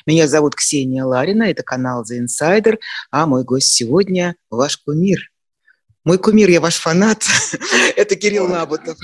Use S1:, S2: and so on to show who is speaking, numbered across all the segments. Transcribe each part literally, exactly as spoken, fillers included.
S1: Меня зовут Ксения Ларина, это канал The Insider, а мой гость сегодня ваш кумир. Мой кумир, я ваш фанат, это Кирилл Набутов.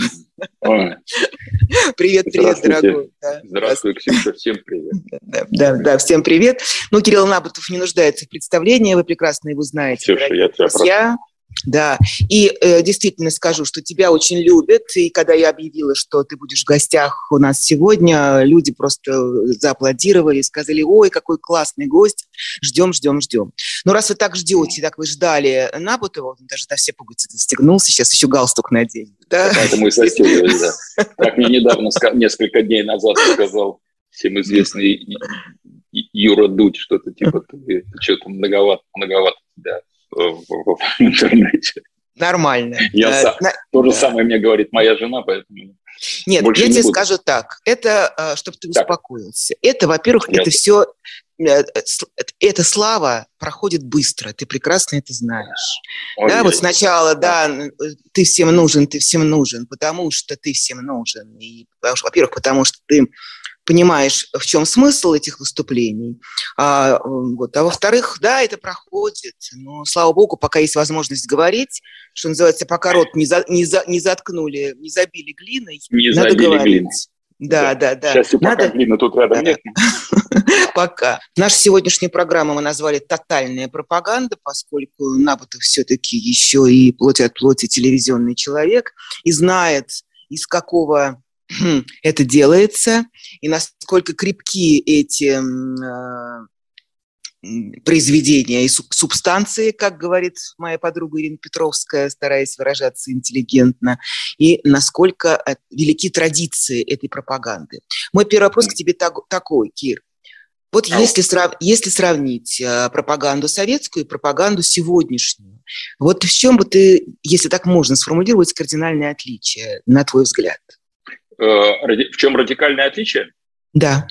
S1: Привет, привет, дорогой.
S2: Здравствуй, Ксюша, всем привет.
S1: Да, да, да, всем привет. Ну, Кирилл Набутов не нуждается в представлении, вы прекрасно его знаете.
S2: Ксюша, я тебя прошу.
S1: Да, и э, действительно скажу, что тебя очень любят, и когда я объявила, что ты будешь в гостях у нас сегодня, люди просто зааплодировали, сказали: ой, какой классный гость, ждем, ждем, ждем. Ну, раз вы так ждете, так вы ждали Набутова, он даже до все пуговицы застегнулся, сейчас еще галстук наденет. Да?
S2: Это мы застегивали, да. Как мне недавно, несколько дней назад сказал всем известный Юра Дудь, что-то типа, ты что-то многовато, многовато тебя в, в, в интернете.
S1: Нормально.
S2: Я
S1: а,
S2: сам,
S1: на...
S2: То же
S1: да.
S2: самое мне говорит моя жена, поэтому...
S1: Нет,
S2: больше
S1: я
S2: не
S1: тебе
S2: буду.
S1: скажу так. Это, чтобы ты
S2: так.
S1: успокоился. Это, во-первых,
S2: Я...
S1: это все... Эта слава проходит быстро. Ты прекрасно это знаешь. Ой, да, вот сначала, да. да, ты всем нужен, ты всем нужен, потому что ты всем нужен. И, во-первых, потому что ты понимаешь, в чем смысл этих выступлений. А, вот. а во-вторых, да, это проходит. Но, слава богу, пока есть возможность говорить, что называется, пока рот не, за, не, за, не заткнули, не забили глиной,
S2: не
S1: надо
S2: забили
S1: говорить.
S2: Глиной.
S1: Да, да, да.
S2: К счастью,
S1: надо...
S2: пока глины тут рядом нет.
S1: Пока. Нашу сегодняшнюю программу мы назвали «Тотальная пропаганда», поскольку Набутов все-таки еще и плоть от плоти телевизионный человек и знает, из какого это делается, и насколько крепки эти э, произведения и субстанции, как говорит моя подруга Ирина Петровская, стараясь выражаться интеллигентно, и насколько велики традиции этой пропаганды. Мой первый вопрос к тебе так, такой, Кир. Вот а если, срав, если сравнить э, пропаганду советскую и пропаганду сегодняшнюю, вот в чем бы ты, если так можно сформулировать, кардинальное отличие, на твой взгляд?
S2: В чем радикальное отличие?
S1: Да.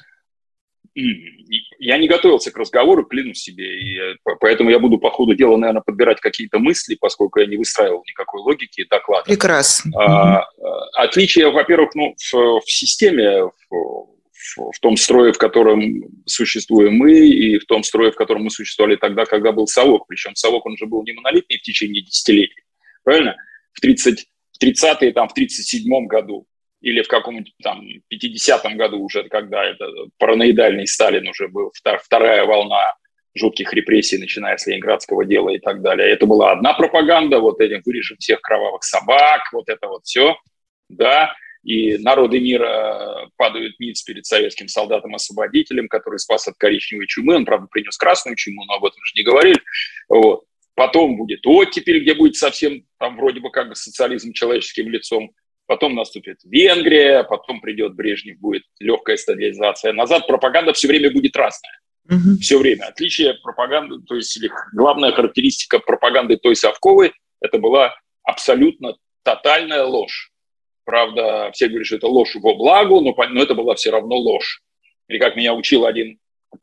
S2: Я не готовился к разговору, клянусь себе, и поэтому я буду по ходу дела, наверное, подбирать какие-то мысли, поскольку я не выстраивал никакой логики доклада.
S1: Прекрасно.
S2: А, отличие, во-первых, ну, в, в системе, в, в, в том строе, в котором существуем мы, и в том строе, в котором мы существовали тогда, когда был совок. Причем совок, он же был не монолитный в течение десятилетий, правильно? В тридцатые, там, в тридцать седьмом году. Или в каком-нибудь там пятидесятом году уже, когда это параноидальный Сталин уже был, вторая волна жутких репрессий, начиная с Ленинградского дела и так далее. Это была одна пропаганда, вот этим вырежем всех кровавых собак, вот это вот все, да, и народы мира падают ниц перед советским солдатом-освободителем, который спас от коричневой чумы, он, правда, принес красную чуму, но об этом же не говорили, вот. Потом будет оттепель, где будет совсем там вроде бы как бы социализм человеческим лицом. Потом наступит Венгрия, потом придет Брежнев, будет легкая стабилизация. Назад пропаганда все время будет разная. Uh-huh. Все время. Отличие пропаганды, то есть или главная характеристика пропаганды той совковой, это была абсолютно тотальная ложь. Правда, все говорят, что это ложь во благо, но, но это была все равно ложь. Или как меня учил один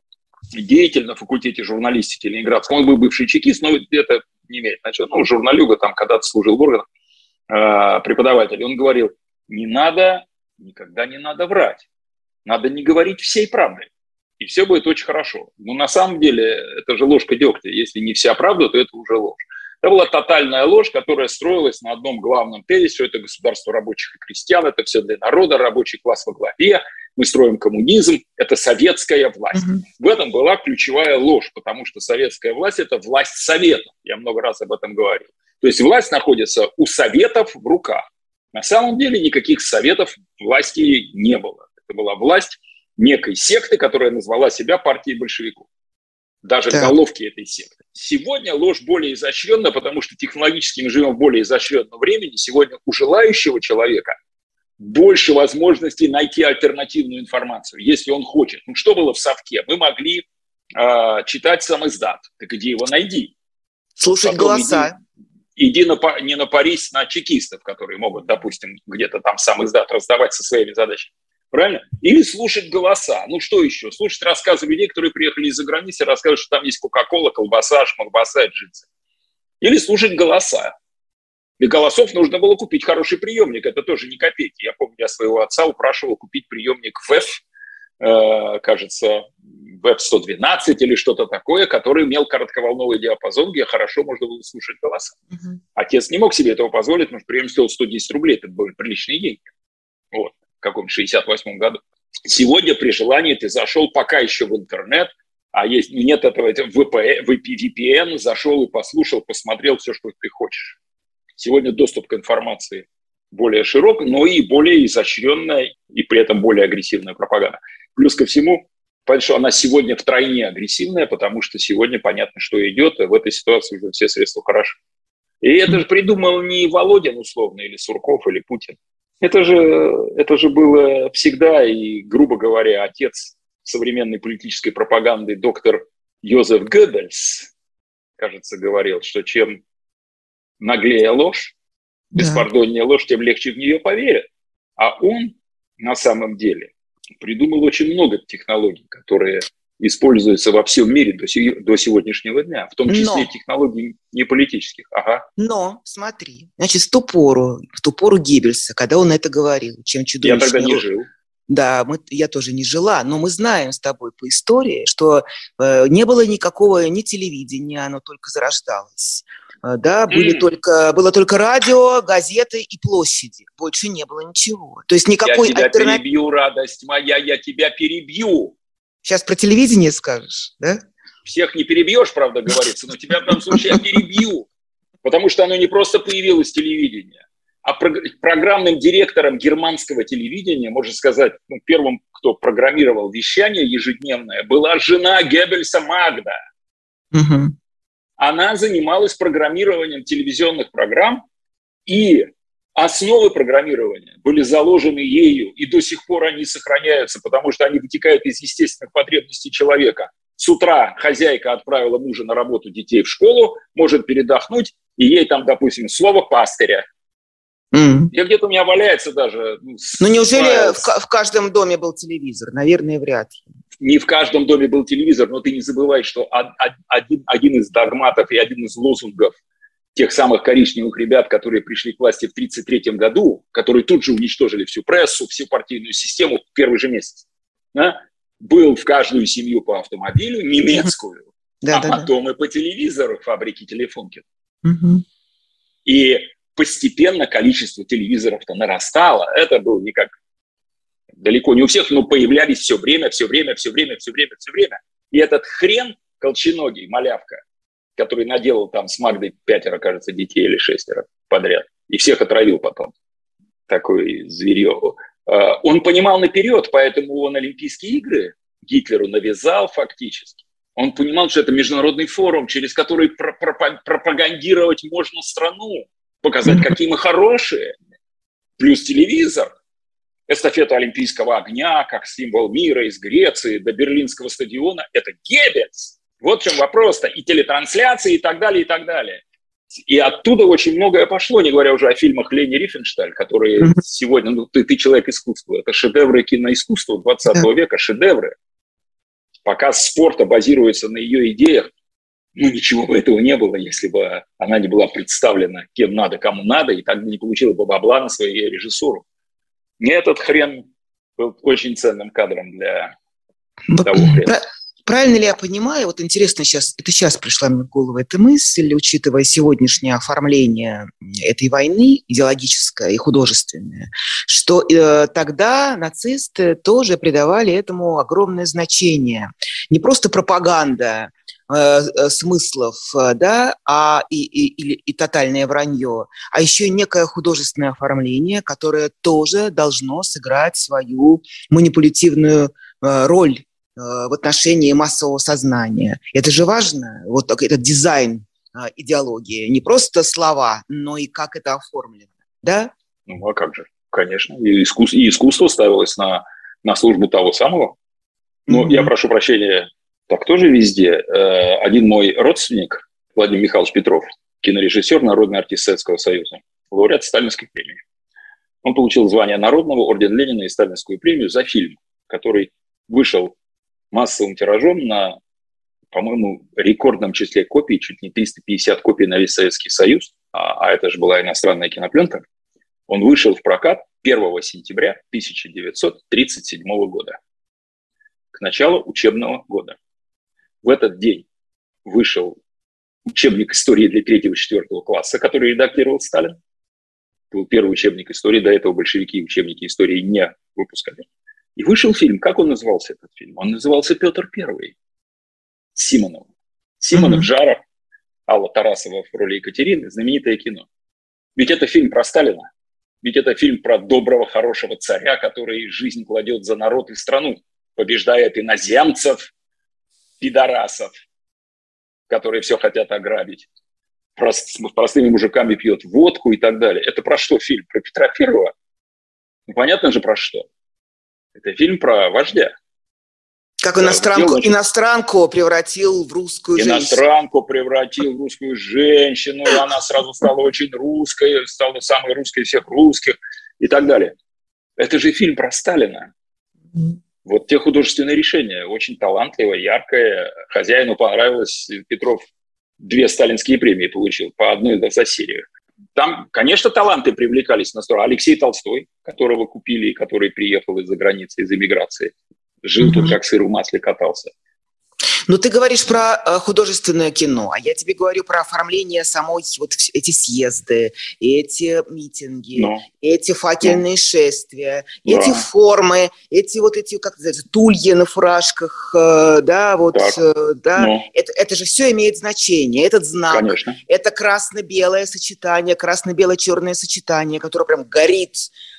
S2: деятель на факультете журналистики Ленинградского, он был бывший чекист, но это не имеет значения. Ну, журналюга там когда-то служил в органах. Преподаватель, он говорил, не надо, никогда не надо врать, надо не говорить всей правды, и все будет очень хорошо. Но на самом деле это же ложка дегтя, если не вся правда, то это уже ложь. Это была тотальная ложь, которая строилась на одном главном тезисе, что это государство рабочих и крестьян, это все для народа, рабочий класс во главе, мы строим коммунизм, это советская власть. Mm-hmm. В этом была ключевая ложь, потому что советская власть – это власть советов, я много раз об этом говорил. То есть власть находится у советов в руках. На самом деле никаких советов власти не было. Это была власть некой секты, которая назвала себя партией большевиков. Даже да. головки этой секты. Сегодня ложь более изощренна, потому что технологически мы живем в более изощренном времени. Сегодня у желающего человека больше возможностей найти альтернативную информацию, если он хочет. Ну, что было в совке? Мы могли э, читать самиздат. Так иди его найди.
S1: Слушать Потом голоса.
S2: Иди, иди на, не напарись на чекистов, которые могут, допустим, где-то там самиздат раздавать со своими задачами. Правильно? Или слушать голоса. Ну, что еще? Слушать рассказы людей, которые приехали из-за границы, рассказывают, что там есть кока-кола, колбаса, шмалбаса и джинсы. Или слушать голоса. Для голосов нужно было купить хороший приемник. Это тоже не копейки. Я помню, я своего отца упрашивал купить приемник ВЭФ, э, кажется, веб сто двенадцать или что-то такое, который имел коротковолновый диапазон, где хорошо можно было слушать голоса. Uh-huh. Отец не мог себе этого позволить, потому что прием стоил сто десять рублей, это были приличные деньги. Вот, в каком-то шестьдесят восьмом году. Сегодня при желании ты зашел пока еще в интернет, а есть, нет этого, это ви пи эн, зашел и послушал, посмотрел все, что ты хочешь. Сегодня доступ к информации более широк, но и более изощренная, и при этом более агрессивная пропаганда. Плюс ко всему, понятно, что она сегодня втройне агрессивная, потому что сегодня понятно, что идет, и в этой ситуации уже все средства хороши. И это же придумал не Володин условно, или Сурков, или Путин. Это же, это же было всегда, и, грубо говоря, отец современной политической пропаганды, доктор Йозеф Геббельс, кажется, говорил, что чем наглее ложь, беспардоннее ложь, тем легче в нее поверят. А он на самом деле придумал очень много технологий, которые используются во всем мире до, си- до сегодняшнего дня, в том числе Но. технологий не политических. Ага.
S1: Но, смотри, значит, в ту пору, в ту пору Геббельса, когда он это говорил, чем чудовищнее...
S2: Я тогда не жил.
S1: Да, мы, я тоже не жила, но мы знаем с тобой по истории, что э, не было никакого ни телевидения, оно только зарождалось. Э, да, были mm. только, было только радио, газеты и площади. Больше не было ничего. То есть никакой
S2: я тебя
S1: альтернативы...
S2: перебью, радость моя, я тебя перебью.
S1: Сейчас про телевидение скажешь, да?
S2: Всех не перебьешь, правда, говорится, но тебя в данном случае я перебью. Потому что оно не просто появилось телевидение. А программным директором германского телевидения, можно сказать, ну, первым, кто программировал вещание ежедневное, была жена Геббельса Магда.
S1: Угу.
S2: Она занималась программированием телевизионных программ, и основы программирования были заложены ею, и до сих пор они сохраняются, потому что они вытекают из естественных потребностей человека. С утра хозяйка отправила мужа на работу, детей в школу, может передохнуть, и ей там, допустим, слово пастыря. Mm. И где-то у меня валяется даже... Ну,
S1: ну неужели в, в каждом доме был телевизор? Наверное, вряд ли.
S2: Не в каждом доме был телевизор, но ты не забывай, что один, один из догматов и один из лозунгов тех самых коричневых ребят, которые пришли к власти в тридцать третьем году, которые тут же уничтожили всю прессу, всю партийную систему в первый же месяц, да, был в каждую семью по автомобилю, немецкую, да, а да, потом да. и по телевизору фабрики Телефонкин.
S1: Угу.
S2: И постепенно количество телевизоров-то нарастало. Это было никак далеко не у всех, но появлялись все время, все время, все время, все время, все время. И этот хрен колченогий, малявка, который наделал там с Магдой пятеро, кажется, детей или шестеро подряд, и всех отравил потом, такой зверье, он понимал наперед, поэтому он Олимпийские игры Гитлеру навязал фактически. Он понимал, что это международный форум, через который пропагандировать можно страну, показать, какие мы хорошие. Плюс телевизор, эстафета Олимпийского огня, как символ мира из Греции до Берлинского стадиона. Это Геббельс. Вот в чем вопрос-то. И телетрансляции, и так далее, и так далее. И оттуда очень многое пошло, не говоря уже о фильмах Лени Рифеншталь, которые mm-hmm. сегодня, ну, ты, ты человек искусства. Это шедевры киноискусства двадцатого yeah. века, шедевры. Показ спорта базируется на ее идеях. Ну, ничего бы этого не было, если бы она не была представлена кем надо, кому надо, и так не получила бы бабла на свою режиссуру. И этот хрен был очень ценным кадром для того хрена.
S1: Правильно ли я понимаю, вот интересно сейчас, это сейчас пришла мне в голову эта мысль, учитывая сегодняшнее оформление этой войны, идеологическое и художественное, что э, тогда нацисты тоже придавали этому огромное значение. Не просто пропаганда э, смыслов, да, а и, и, и, и тотальное вранье, а еще и некое художественное оформление, которое тоже должно сыграть свою манипулятивную э, роль в отношении массового сознания. Это же важно, вот этот дизайн э, идеологии, не просто слова, но и как это оформлено, да?
S2: Ну, а как же, конечно. И искусство, и искусство ставилось на, на службу того самого. Но mm-hmm. я прошу прощения, так тоже везде. Э, один мой родственник, Владимир Михайлович Петров, кинорежиссер, народный артист Советского Союза, лауреат Сталинской премии. Он получил звание народного, орден Ленина и Сталинскую премию за фильм, который вышел массовым тиражом на, по-моему, рекордном числе копий, чуть не триста пятьдесят копий на весь Советский Союз, а, а это же была иностранная кинопленка. Он вышел в прокат первого сентября тысяча девятьсот тридцать седьмого года. к началу учебного года. В этот день вышел учебник истории для третьего-четвертого класса, который редактировал Сталин. Это был первый учебник истории, до этого большевики учебники истории не выпускали. И вышел фильм. Как он назывался, этот фильм? Он назывался «Петр Первый» с Симоновым. Симонов, mm-hmm. Жаров, Алла Тарасова в роли Екатерины, знаменитое кино. Ведь это фильм про Сталина. Ведь это фильм про доброго, хорошего царя, который жизнь кладет за народ и страну, побеждает иноземцев, пидорасов, которые все хотят ограбить, Прост, с простыми мужиками пьет водку и так далее. Это про что фильм? Про Петра Первого? Ну, понятно же, про что. Это фильм про вождя.
S1: Как иностранку, делал, иностранку превратил в русскую
S2: иностранку
S1: женщину.
S2: Иностранку превратил в русскую женщину, и она сразу стала очень русской, стала самой русской из всех русских и так далее. Это же фильм про Сталина. Mm-hmm. Вот те художественные решения. Очень талантливое, яркое. Хозяину понравилось. Петров две сталинские премии получил, по одной за серию. Там, конечно, таланты привлекались на сторону. Алексей Толстой, которого купили, и который приехал из-за границы, из эмиграции. Жил mm-hmm. тут, как сыр в масле катался.
S1: Ну, ты говоришь про э, художественное кино, а я тебе говорю про оформление самой, вот эти съезды, эти митинги, Но. эти факельные Но. шествия, да. эти формы, эти вот эти, как называется, тульи на фуражках, э, да, вот, э, да, это, это же все имеет значение, этот знак,
S2: Конечно.
S1: это красно-белое сочетание, красно-бело-черное сочетание, которое прям горит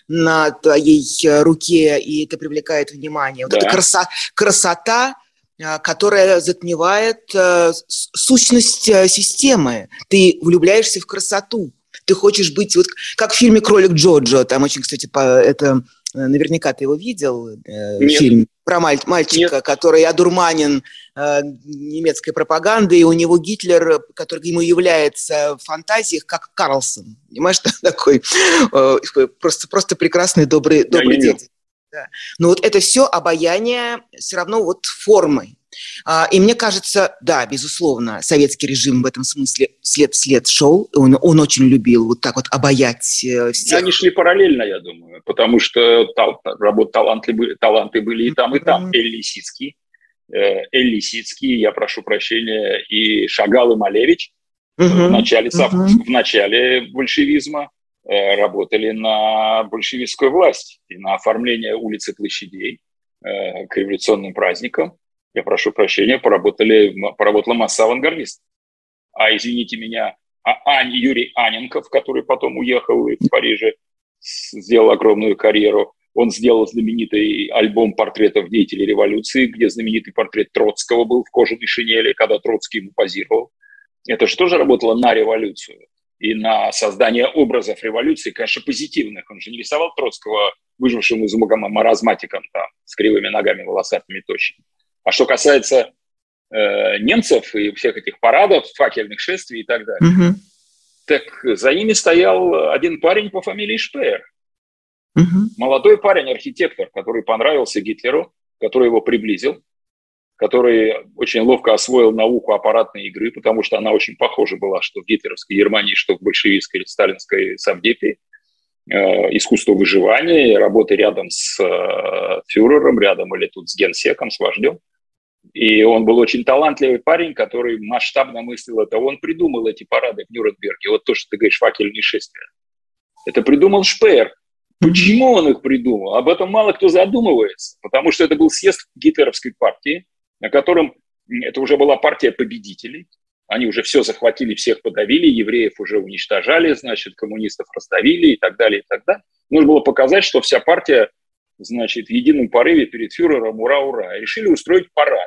S1: на твоей руке, и это привлекает внимание. Вот да. эта красо- красота, которая затмевает э, сущность э, системы. Ты влюбляешься в красоту. Ты хочешь быть, вот как в фильме «Кролик Джоджо», там очень, кстати, по, это, наверняка ты его видел, э, фильм про маль, мальчика, Нет. который одурманен э, немецкой пропагандой, и у него Гитлер, который ему является в фантазиях, как Карлсон. Понимаешь, такой э, просто, просто прекрасный, добрый, добрый дед. Да. Но вот это все обаяние все равно вот формы. А, и мне кажется, да, безусловно, советский режим в этом смысле след в след шел. Он, он очень любил вот так вот обаять всех.
S2: Они шли параллельно, я думаю, потому что тал- работ, таланты, были, таланты были и там, и там. Mm-hmm. Эль Лисицкий, э, Эль Лисицкий, я прошу прощения, и Шагал и Малевич mm-hmm. в, начале, mm-hmm. в начале большевизма работали на большевистскую власть и на оформление улиц и площадей э, к революционным праздникам. Я прошу прощения, поработали, поработала масса авангардистов. А, извините меня, а Ань, Юрий Анненков, который потом уехал и в Париже сделал огромную карьеру, он сделал знаменитый альбом портретов деятелей революции, где знаменитый портрет Троцкого был в кожаной шинели, когда Троцкий ему позировал. Это же тоже работало на революцию. И на создание образов революции, конечно, позитивных. Он же не рисовал Троцкого выжившим из ума маразматиком там, с кривыми ногами, волосатыми, тощими. А что касается э, немцев и всех этих парадов, факельных шествий и так далее, mm-hmm. так за ними стоял один парень по фамилии Шпеер. Mm-hmm. Молодой парень, архитектор, который понравился Гитлеру, который его приблизил, который очень ловко освоил науку аппаратной игры, потому что она очень похожа была, что в гитлеровской Германии, что в большевистской или сталинской Совдепе. Э, искусство выживания, работы рядом с э, фюрером, рядом или тут с генсеком, с вождем. И он был очень талантливый парень, который масштабно мыслил это. Он придумал эти парады в Нюрнберге. Вот то, что ты говоришь, факельные шествия. Это придумал Шпеер. Почему он их придумал? Об этом мало кто задумывается. Потому что это был съезд гитлеровской партии, на котором это уже была партия победителей. Они уже все захватили, всех подавили, евреев уже уничтожали, значит, коммунистов раздавили и так далее, и так далее. Нужно было показать, что вся партия, значит, в едином порыве перед фюрером ура-ура. И решили устроить парад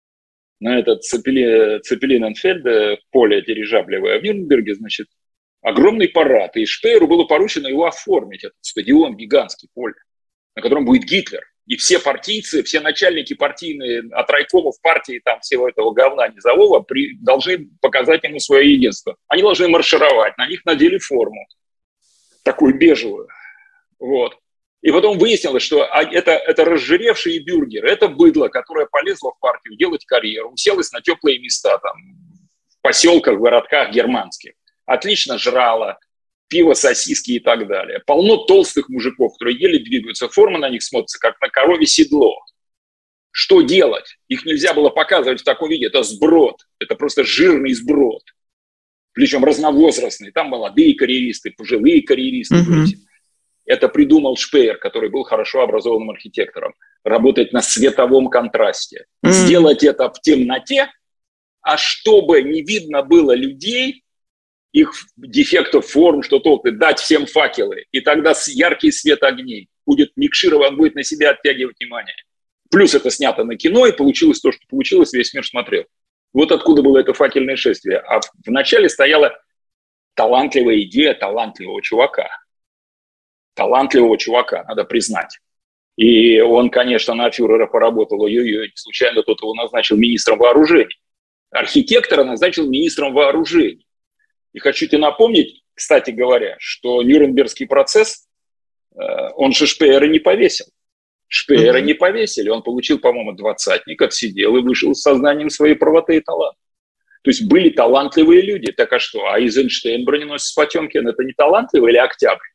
S2: на этот Цепели, Цепелиненфельд, поле дирижаблевое в Нюрнберге, значит, огромный парад. И Шпееру было поручено его оформить, этот стадион, гигантский поле, на котором будет Гитлер. И все партийцы, все начальники партийные, от райкомов партии, там, всего этого говна низового, при, должны показать ему свое единство. Они должны маршировать, на них надели форму, такую бежевую. Вот. И потом выяснилось, что это, это разжиревшие бюргеры, это быдло, которое полезло в партию делать карьеру, уселось на теплые места, там, в поселках, в городках германских. Отлично жрало, пиво, сосиски и так далее. Полно толстых мужиков, которые еле двигаются, форма на них смотрится, как на корове седло. Что делать? Их нельзя было показывать в таком виде. Это сброд. Это просто жирный сброд. Причем разновозрастный. Там молодые карьеристы, пожилые карьеристы. Mm-hmm. Это придумал Шпеер, который был хорошо образованным архитектором. Работать на световом контрасте. Mm-hmm. Сделать это в темноте, а чтобы не видно было людей, их дефектов форм, что-то, дать всем факелы. И тогда яркий свет огней будет микширован, будет на себя оттягивать внимание. Плюс это снято на кино, и получилось то, что получилось, весь мир смотрел. Вот откуда было это факельное шествие. А вначале стояла талантливая идея талантливого чувака. Талантливого чувака, надо признать. И он, конечно, на фюрера поработал, ой-ой-ой, случайно тот его назначил министром вооружений. Архитектора назначил министром вооружений. И хочу тебе напомнить, кстати говоря, что Нюрнбергский процесс, он же Шпеера не повесил. Шпеера mm-hmm. не повесили. Он получил, по-моему, двадцатник, отсидел и вышел с сознанием своей правоты и таланта. То есть были талантливые люди. Так а что? А Эйзенштейн, броненосец Потемкин, это не талантливый или Октябрь?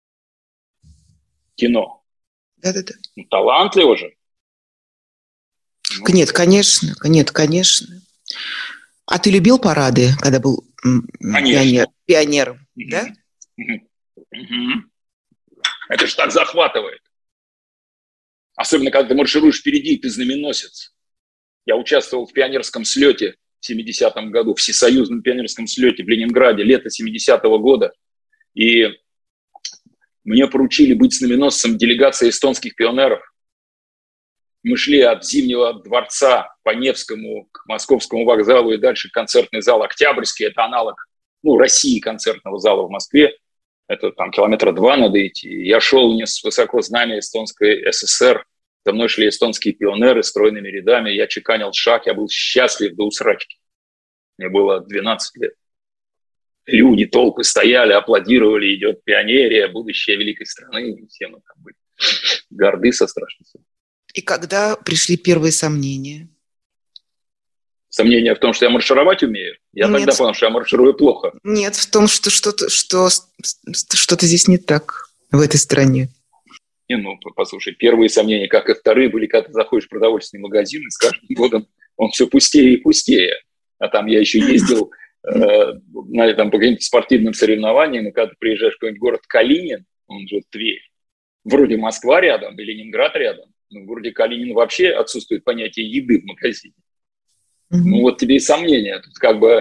S2: Кино.
S1: Да-да-да.
S2: Ну, талантливо же.
S1: Нет, конечно. Нет, конечно. А ты любил парады, когда был пионер, пионером? Mm-hmm. Да?
S2: Mm-hmm. Это же так захватывает. Особенно, когда ты маршируешь впереди, и ты знаменосец. Я участвовал в пионерском слете в семидесятом году, всесоюзном пионерском слете в Ленинграде, лето семидесятого года. И мне поручили быть знаменосцем делегации эстонских пионеров. Мы шли от Зимнего дворца по Невскому к Московскому вокзалу и дальше концертный зал Октябрьский. Это аналог, ну, России концертного зала в Москве. Это там километра два надо идти. Я шел, нес высоко знамя эстонской ССР. За мной шли эстонские пионеры стройными рядами. Я чеканил шаг, я был счастлив до усрачки. Мне было двенадцать лет. Люди, толпы стояли, аплодировали. Идет пионерия, будущее великой страны. Все мы там были горды со страшностью.
S1: И когда пришли первые сомнения?
S2: Сомнения в том, что я маршировать умею? Я Нет. тогда понял, что я марширую плохо.
S1: Нет, в том, что что-то, что, что-то здесь не так в этой стране.
S2: Не, ну, послушай, первые сомнения, как и вторые, были, когда ты заходишь в продовольственный магазин, и с каждым годом он все пустее и пустее. А там я еще ездил э, на, там, по каким-то спортивным соревнованиям, и когда ты приезжаешь в какой-нибудь город Калинин, он же Тверь, вроде Москва рядом и Ленинград рядом, но в городе Калинин вообще отсутствует понятие еды в магазине. Mm-hmm. Ну вот тебе и сомнения. Тут как бы,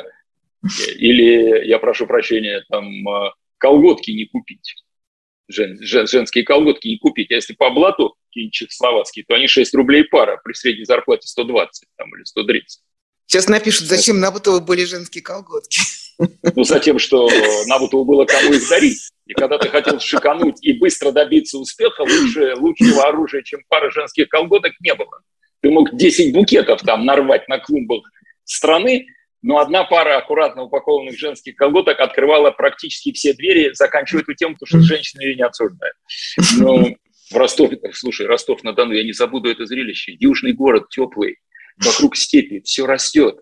S2: или, я прошу прощения, там колготки не купить. Жен, жен, женские колготки не купить. А если по блату какие-нибудь чехословацкие, то они шесть рублей пара при средней зарплате сто двадцать там, или сто тридцать.
S1: Сейчас напишут, зачем Набутову были женские колготки.
S2: Ну, за тем, что Набутову было кому их дарить. И когда ты хотел шикануть и быстро добиться успеха, лучше, лучшего оружия, чем пара женских колготок, не было. Ты мог десять букетов там нарвать на клумбах страны, но одна пара аккуратно упакованных женских колготок открывала практически все двери, заканчивая эту тему, потому что женщины ее не обсуждают. Но в Ростове, слушай, Ростов-на-Дону, я не забуду это зрелище. Южный город, теплый, вокруг степи, все растет.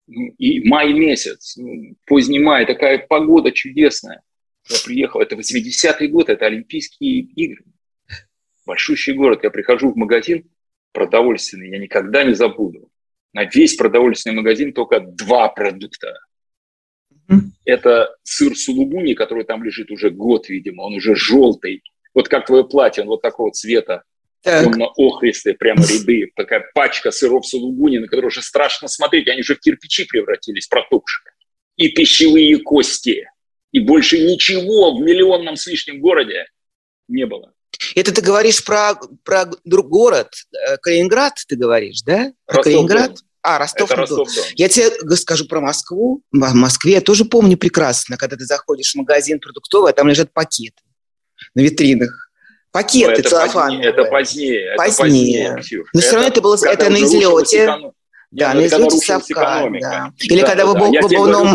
S2: И май месяц, поздний май, такая погода чудесная. Я приехал, это восьмидесятый год, это Олимпийские игры. Большущий город. Я прихожу в магазин продовольственный, я никогда не забуду. На весь продовольственный магазин только два продукта. Mm-hmm. Это сыр сулугуни, который там лежит уже год, видимо, он уже желтый. Вот как твое платье, он вот такого цвета. Темно-охристые прямо ряды. Такая пачка сыров сулугуни, на которые уже страшно смотреть. Они уже в кирпичи превратились, протухшие. И пищевые кости. И больше ничего в миллионном с лишним городе не было.
S1: Это ты говоришь про, про город Калининград, ты говоришь, да? Про Калининград? А, Ростов-на-Дону. Я тебе скажу про Москву. В Москве я тоже помню прекрасно, когда ты заходишь в магазин продуктовый, а там лежат пакеты на витринах. Пакеты целлофановые.
S2: Это позднее.
S1: Позднее.
S2: Это позднее.
S1: Но все равно это было это на излете. Эконом... Да, на излете совка. Да. Или да, когда да, в, да. в, в обувном...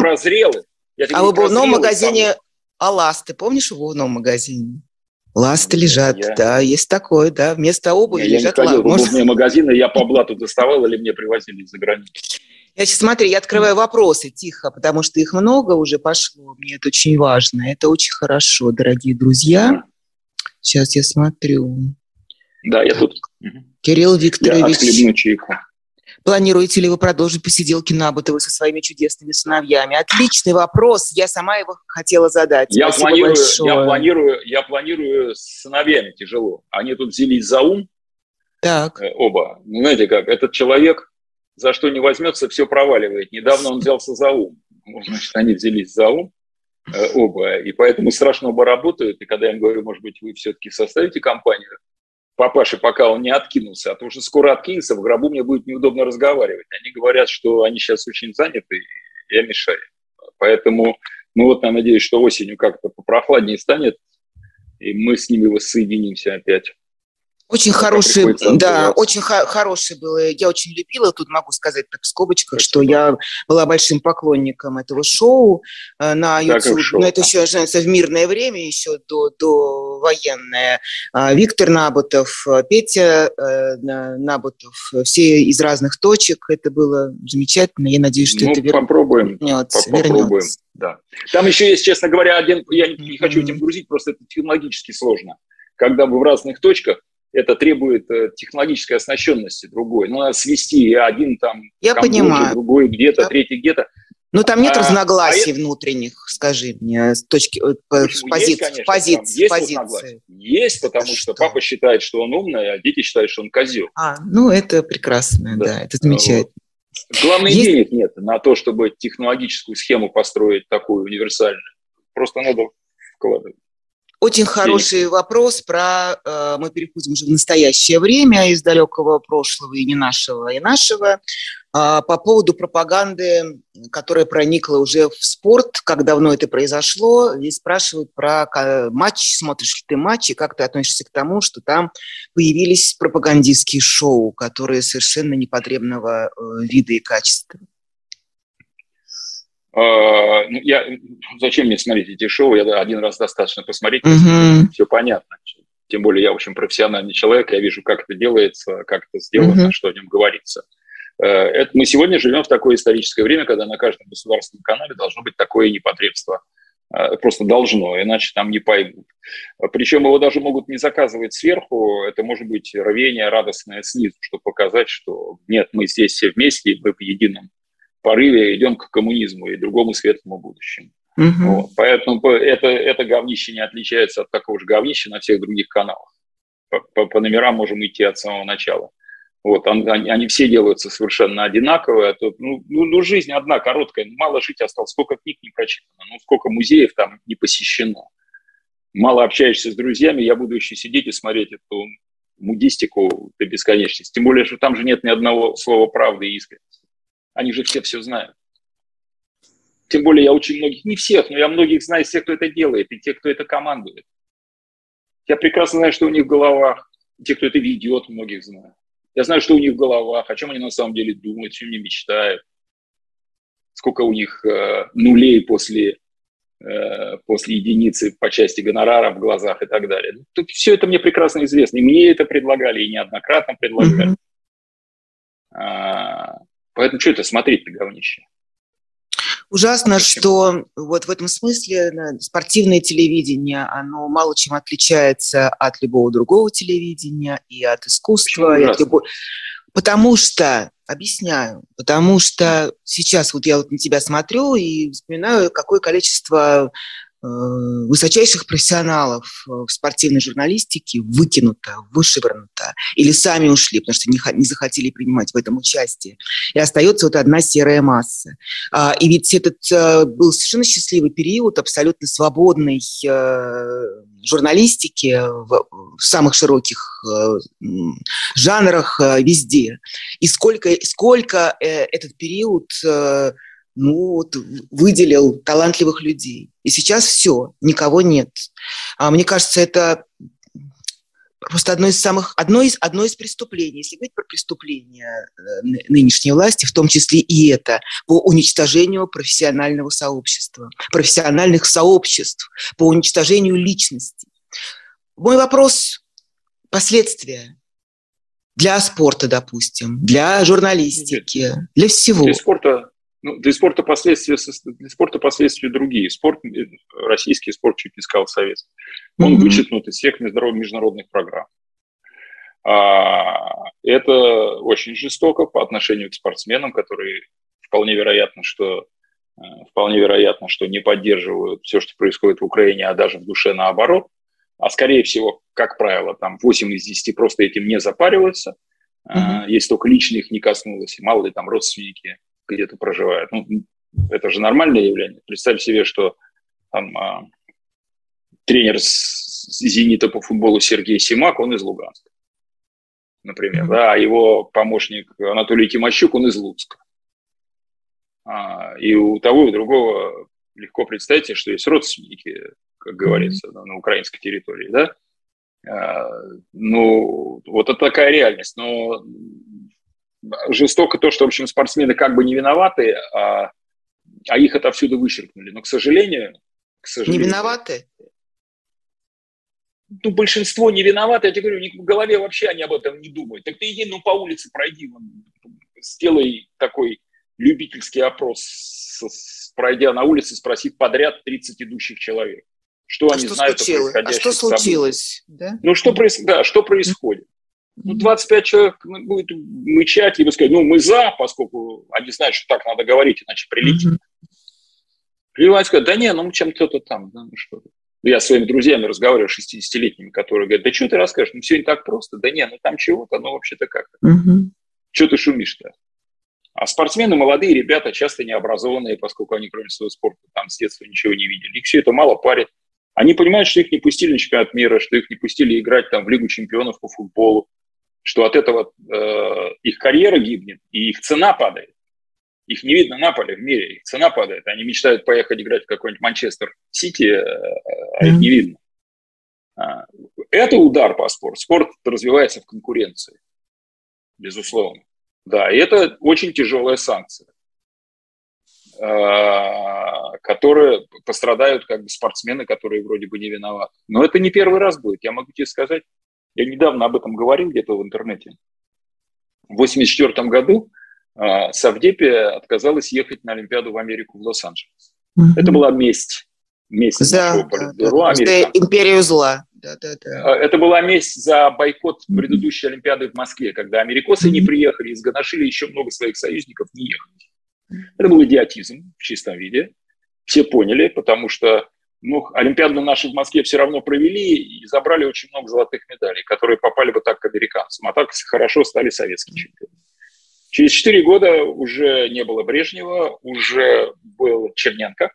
S1: А в обувном магазине там... Алас, ты помнишь в обувном магазине? Ласты лежат, я... да, есть такое, да, вместо обуви я лежат ласты. Я не ходил в обувные магазины,
S2: я по блату доставал или мне привозили из-за границы.
S1: Значит, смотри, я открываю вопросы тихо, потому что их много уже пошло, мне это очень важно, это очень хорошо, дорогие друзья. Сейчас я смотрю.
S2: Да, я тут. Угу.
S1: Кирилл Викторович,
S2: я отхлебну чайку.
S1: Планируете ли вы продолжить посиделки Набутовой со своими чудесными сыновьями? Отличный вопрос, я сама его хотела задать.
S2: Я
S1: Спасибо
S2: планирую,
S1: большое.
S2: я планирую, я планирую с сыновьями тяжело. Они тут взялись за ум,
S1: так.
S2: оба. Ну, знаете как, этот человек за что не возьмется, все проваливает. Недавно он взялся за ум. Значит, они взялись за ум оба, и поэтому страшно оба работают. И когда я им говорю, может быть, вы все-таки составите компанию, папаше, пока он не откинулся, а то уже скоро откинется, в гробу мне будет неудобно разговаривать. Они говорят, что они сейчас очень заняты, и я мешаю. Поэтому, ну вот, я надеюсь, что осенью как-то попрохладнее станет, и мы с ними воссоединимся опять.
S1: Очень хороший, да, очень х- хороший был. Я очень любила, тут могу сказать так в скобочках, Спасибо. Что я была большим поклонником этого шоу э, на YouTube. Но это еще женится в мирное время, еще до, до военное. А, Виктор Набутов, Петя э, Набутов, все из разных точек. Это было замечательно. Я надеюсь, что
S2: ну,
S1: это вер...
S2: попробуем,
S1: вернется.
S2: попробуем.
S1: вернется.
S2: Да. Там еще есть, честно говоря, один, я не, не хочу этим грузить, просто это технологически сложно. Когда вы в разных точках, это требует технологической оснащенности другой. Ну, надо свести один там,
S1: я понимаю.
S2: Другой где-то,
S1: я...
S2: третий где-то.
S1: Ну, там нет а, разногласий
S2: а
S1: внутренних, это... скажи мне, с точки
S2: Почему?
S1: позиции.
S2: Есть, конечно,
S1: позиции,
S2: есть
S1: позиции.
S2: разногласия. Есть, потому что? что папа считает, что он умный, а дети считают, что он козел.
S1: А, ну, это прекрасно, да, да это замечательно.
S2: Вот. Главное, есть... денег нет на то, чтобы технологическую схему построить такую универсальную. Просто надо вкладывать.
S1: Очень хороший Денег. вопрос про, э, мы переходим уже в настоящее время из далекого прошлого и не нашего, и нашего, э, по поводу пропаганды, которая проникла уже в спорт, как давно это произошло. Здесь спрашивают про матч, смотришь ли ты матч, и как ты относишься к тому, что там появились пропагандистские шоу, которые совершенно непотребного э, вида и качества.
S2: Uh, ну, я, зачем мне смотреть эти шоу? Я один раз достаточно посмотреть, uh-huh. все понятно. Тем более я очень профессиональный человек, я вижу, как это делается, как это сделано, uh-huh. что о нем говорится. Uh, это, мы сегодня живем в такое историческое время, когда на каждом государственном канале должно быть такое непотребство. Uh, просто должно, иначе там не поймут. Uh, причем его даже могут не заказывать сверху, это может быть рвение радостное снизу, чтобы показать, что нет, мы здесь все вместе, мы в едином порыве идем к коммунизму и другому светлому будущему. Uh-huh. Вот. Поэтому это, это говнище не отличается от такого же говнища на всех других каналах. По, по, по номерам можем идти от самого начала. Вот. Они, они все делаются совершенно одинаковые. А то, ну, ну, жизнь одна, короткая. Мало жить осталось. Сколько книг не прочитано, ну, сколько музеев там не посещено. Мало общаешься с друзьями, я буду еще сидеть и смотреть эту мудистику до бесконечности. Тем более, что там же нет ни одного слова правды и искренности. Они же все все знают. Тем более я очень многих, не всех, но я многих знаю, тех, кто это делает, и тех, кто это командует. Я прекрасно знаю, что у них в головах, и тех, кто это ведет, многих знаю. Я знаю, что у них в головах, о чем они на самом деле думают, о чем они мечтают, сколько у них э, нулей после, э, после единицы по части гонорара в глазах и так далее. Тут все это мне прекрасно известно, и мне это предлагали, и неоднократно предлагали. Mm-hmm. Поэтому что это смотреть-то говнище?
S1: Ужасно, что вот в этом смысле спортивное телевидение, оно мало чем отличается от любого другого телевидения и от искусства. И от любой... Потому что, объясняю, потому что сейчас вот я вот на тебя смотрю и вспоминаю, какое количество высочайших профессионалов в спортивной журналистике выкинуто, вышвырнуто, или сами ушли, потому что не, не захотели принимать в этом участие. И остается вот одна серая масса. И ведь этот был совершенно счастливый период, абсолютно свободной журналистики в, в самых широких жанрах везде. И сколько, сколько этот период... ну, вот, выделил талантливых людей. И сейчас все, никого нет. А, мне кажется, это просто одно из самых, одно из, одно из преступлений. Если говорить про преступления нынешней власти, в том числе и это, по уничтожению профессионального сообщества, профессиональных сообществ, по уничтожению личности. Мой вопрос – последствия. Для спорта, допустим, для журналистики, для всего.
S2: Для спорта... Ну, для спорта последствия, для спорта последствия другие. Спорт, российский спорт, чуть не сказал советский, он mm-hmm. вычеркнут из всех международных программ. А, это очень жестоко по отношению к спортсменам, которые вполне вероятно, что, вполне вероятно, что не поддерживают все, что происходит в Украине, а даже в душе наоборот. А скорее всего, как правило, там восемь из десяти просто этим не запариваются, mm-hmm. если только лично их не коснулось, и мало ли там родственники где-то проживают. Ну, это же нормальное явление. Представь себе, что там а, тренер с «Зенита» по футболу Сергей Симак, он из Луганска, например, mm-hmm. да, а его помощник Анатолий Тимощук, он из Луцка. А, и у того и у другого легко представить, что есть родственники, как говорится, mm-hmm. на украинской территории, да. А, ну, вот это такая реальность. Но жестоко то, что, в общем, спортсмены как бы не виноваты, а, а их отовсюду вычеркнули. Но, к сожалению... К сожалению
S1: не виноваты?
S2: Ну, большинство не виноваты. Я тебе говорю, в голове вообще они об этом не думают. Так ты иди, ну, по улице пройди, сделай такой любительский опрос, пройдя на улице, спроси подряд тридцать идущих человек. Что а они
S1: что
S2: знают
S1: случилось?
S2: о происходящем?
S1: А что случилось? Да?
S2: Ну, что, проис... да, что происходит? Mm-hmm. Ну, двадцать пять человек будет мычать, либо сказать, ну, мы за, поскольку они знают, что так надо говорить, иначе прилетит. Mm-hmm. Либо они скажут, да не, ну, чем кто-то там, да, ну, что -то. Я с своими друзьями разговариваю, шестидесятилетними, которые говорят, да что ты расскажешь, ну, все не так просто. Да не, ну, там чего-то, ну, вообще-то как-то. Mm-hmm. Что ты шумишь-то? А спортсмены, молодые ребята, часто необразованные, поскольку они, кроме своего спорта, там с детства ничего не видели. Их все это мало парит. Они понимают, что их не пустили на чемпионат мира, что их не пустили играть там в Лигу чемпионов по футболу, что от этого э, их карьера гибнет и их цена падает. Их не видно на поле в мире, их цена падает. Они мечтают поехать играть в какой-нибудь Манчестер Сити, а их не видно. Это удар по спорту. Спорт развивается в конкуренции, безусловно. Да, и это очень тяжелая санкция, которые пострадают как бы спортсмены, которые вроде бы не виноваты. Но это не первый раз будет, я могу тебе сказать. Я недавно об этом говорил где-то в интернете. В восемьдесят четвёртом году Совдепия отказалась ехать на Олимпиаду в Америку, в Лос-Анджелес. Mm-hmm. Это была месть. Месть
S1: за,
S2: нашего политбюро
S1: да, да, за империю зла. Да, да, да.
S2: Это была месть за бойкот предыдущей Олимпиады в Москве, когда америкосы mm-hmm. не приехали, изгоношили еще много своих союзников не ехать. Это был идиотизм в чистом виде. Все поняли, потому что ну, Олимпиаду наши в Москве все равно провели и забрали очень много золотых медалей, которые попали бы так к американцам. А так хорошо стали советские чемпионы. Через четыре года уже не было Брежнева, уже был Черненко,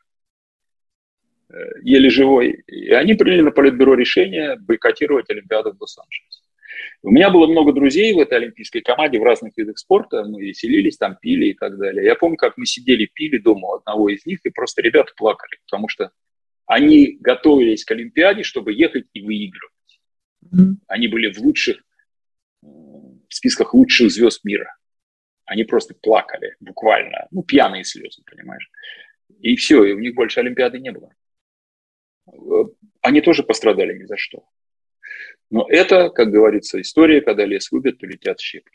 S2: еле живой. И они приняли на политбюро решение бойкотировать Олимпиаду в Лос-Анджелесе. У меня было много друзей в этой олимпийской команде в разных видах спорта. Мы веселились, там пили и так далее. Я помню, как мы сидели, пили дома у одного из них, и просто ребята плакали, потому что они готовились к Олимпиаде, чтобы ехать и выигрывать. Mm-hmm. Они были в лучших, в списках лучших звезд мира. Они просто плакали, буквально. Ну, пьяные слезы, понимаешь. И все, и у них больше Олимпиады не было. Они тоже пострадали ни за что. Но это, как говорится, история, когда лес рубят, то летят щепки.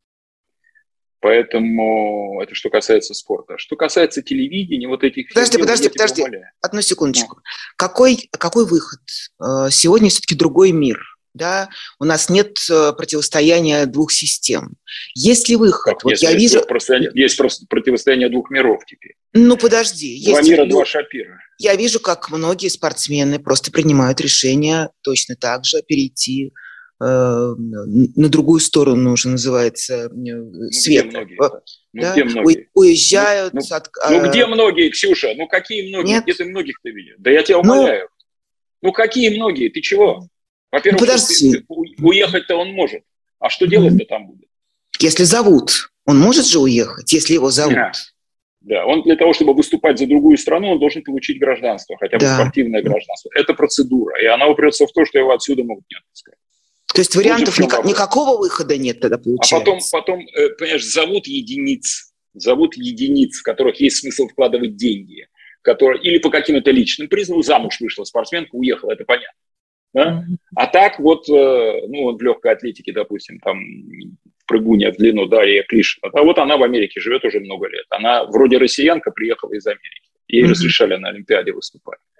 S2: Поэтому это что касается спорта. Что касается телевидения, вот этих...
S1: Подожди, дел, подожди, подожди. Умоляю. Одну секундочку. Ну. Какой, какой выход? Сегодня все-таки другой мир. Да? У нас нет противостояния двух систем. Есть ли выход?
S2: Как, вот я вижу... Есть просто противостояние двух миров теперь.
S1: Ну, подожди.
S2: Два
S1: есть...
S2: мира, ну, два шапира.
S1: Я вижу, как многие спортсмены просто принимают решение точно так же перейти э, на другую сторону, что называется, ну, света.
S2: Где многие?
S1: Да?
S2: Ну, да? Где многие?
S1: Уезжают...
S2: Ну,
S1: от,
S2: ну, ну, где многие, Ксюша? Ну, какие многие?
S1: Нет.
S2: Где ты многих-то видишь? Да я тебя умоляю. Ну, ну какие многие? Ты чего? Во-первых, ну, уехать-то он может. А что делать-то там будет?
S1: Если зовут. Он может же уехать, если его зовут.
S2: Да. Да, он для того, чтобы выступать за другую страну, он должен получить гражданство, хотя бы да. спортивное гражданство. Это процедура, и она упрется в то, что его отсюда могут не отпускать.
S1: То есть вариантов ни- никакого выхода нет тогда, получается?
S2: А потом, потом, понимаешь, зовут единиц, зовут единиц, в которых есть смысл вкладывать деньги, которые, или по каким-то личным признакам, замуж вышла спортсменка, уехала, это понятно. Да? Mm-hmm. А так вот, ну, в легкой атлетике, допустим, там, прыгунья в длину Дарья Клишина, а вот она в Америке живет уже много лет. Она вроде россиянка, приехала из Америки. Ей mm-hmm. разрешали на Олимпиаде выступать.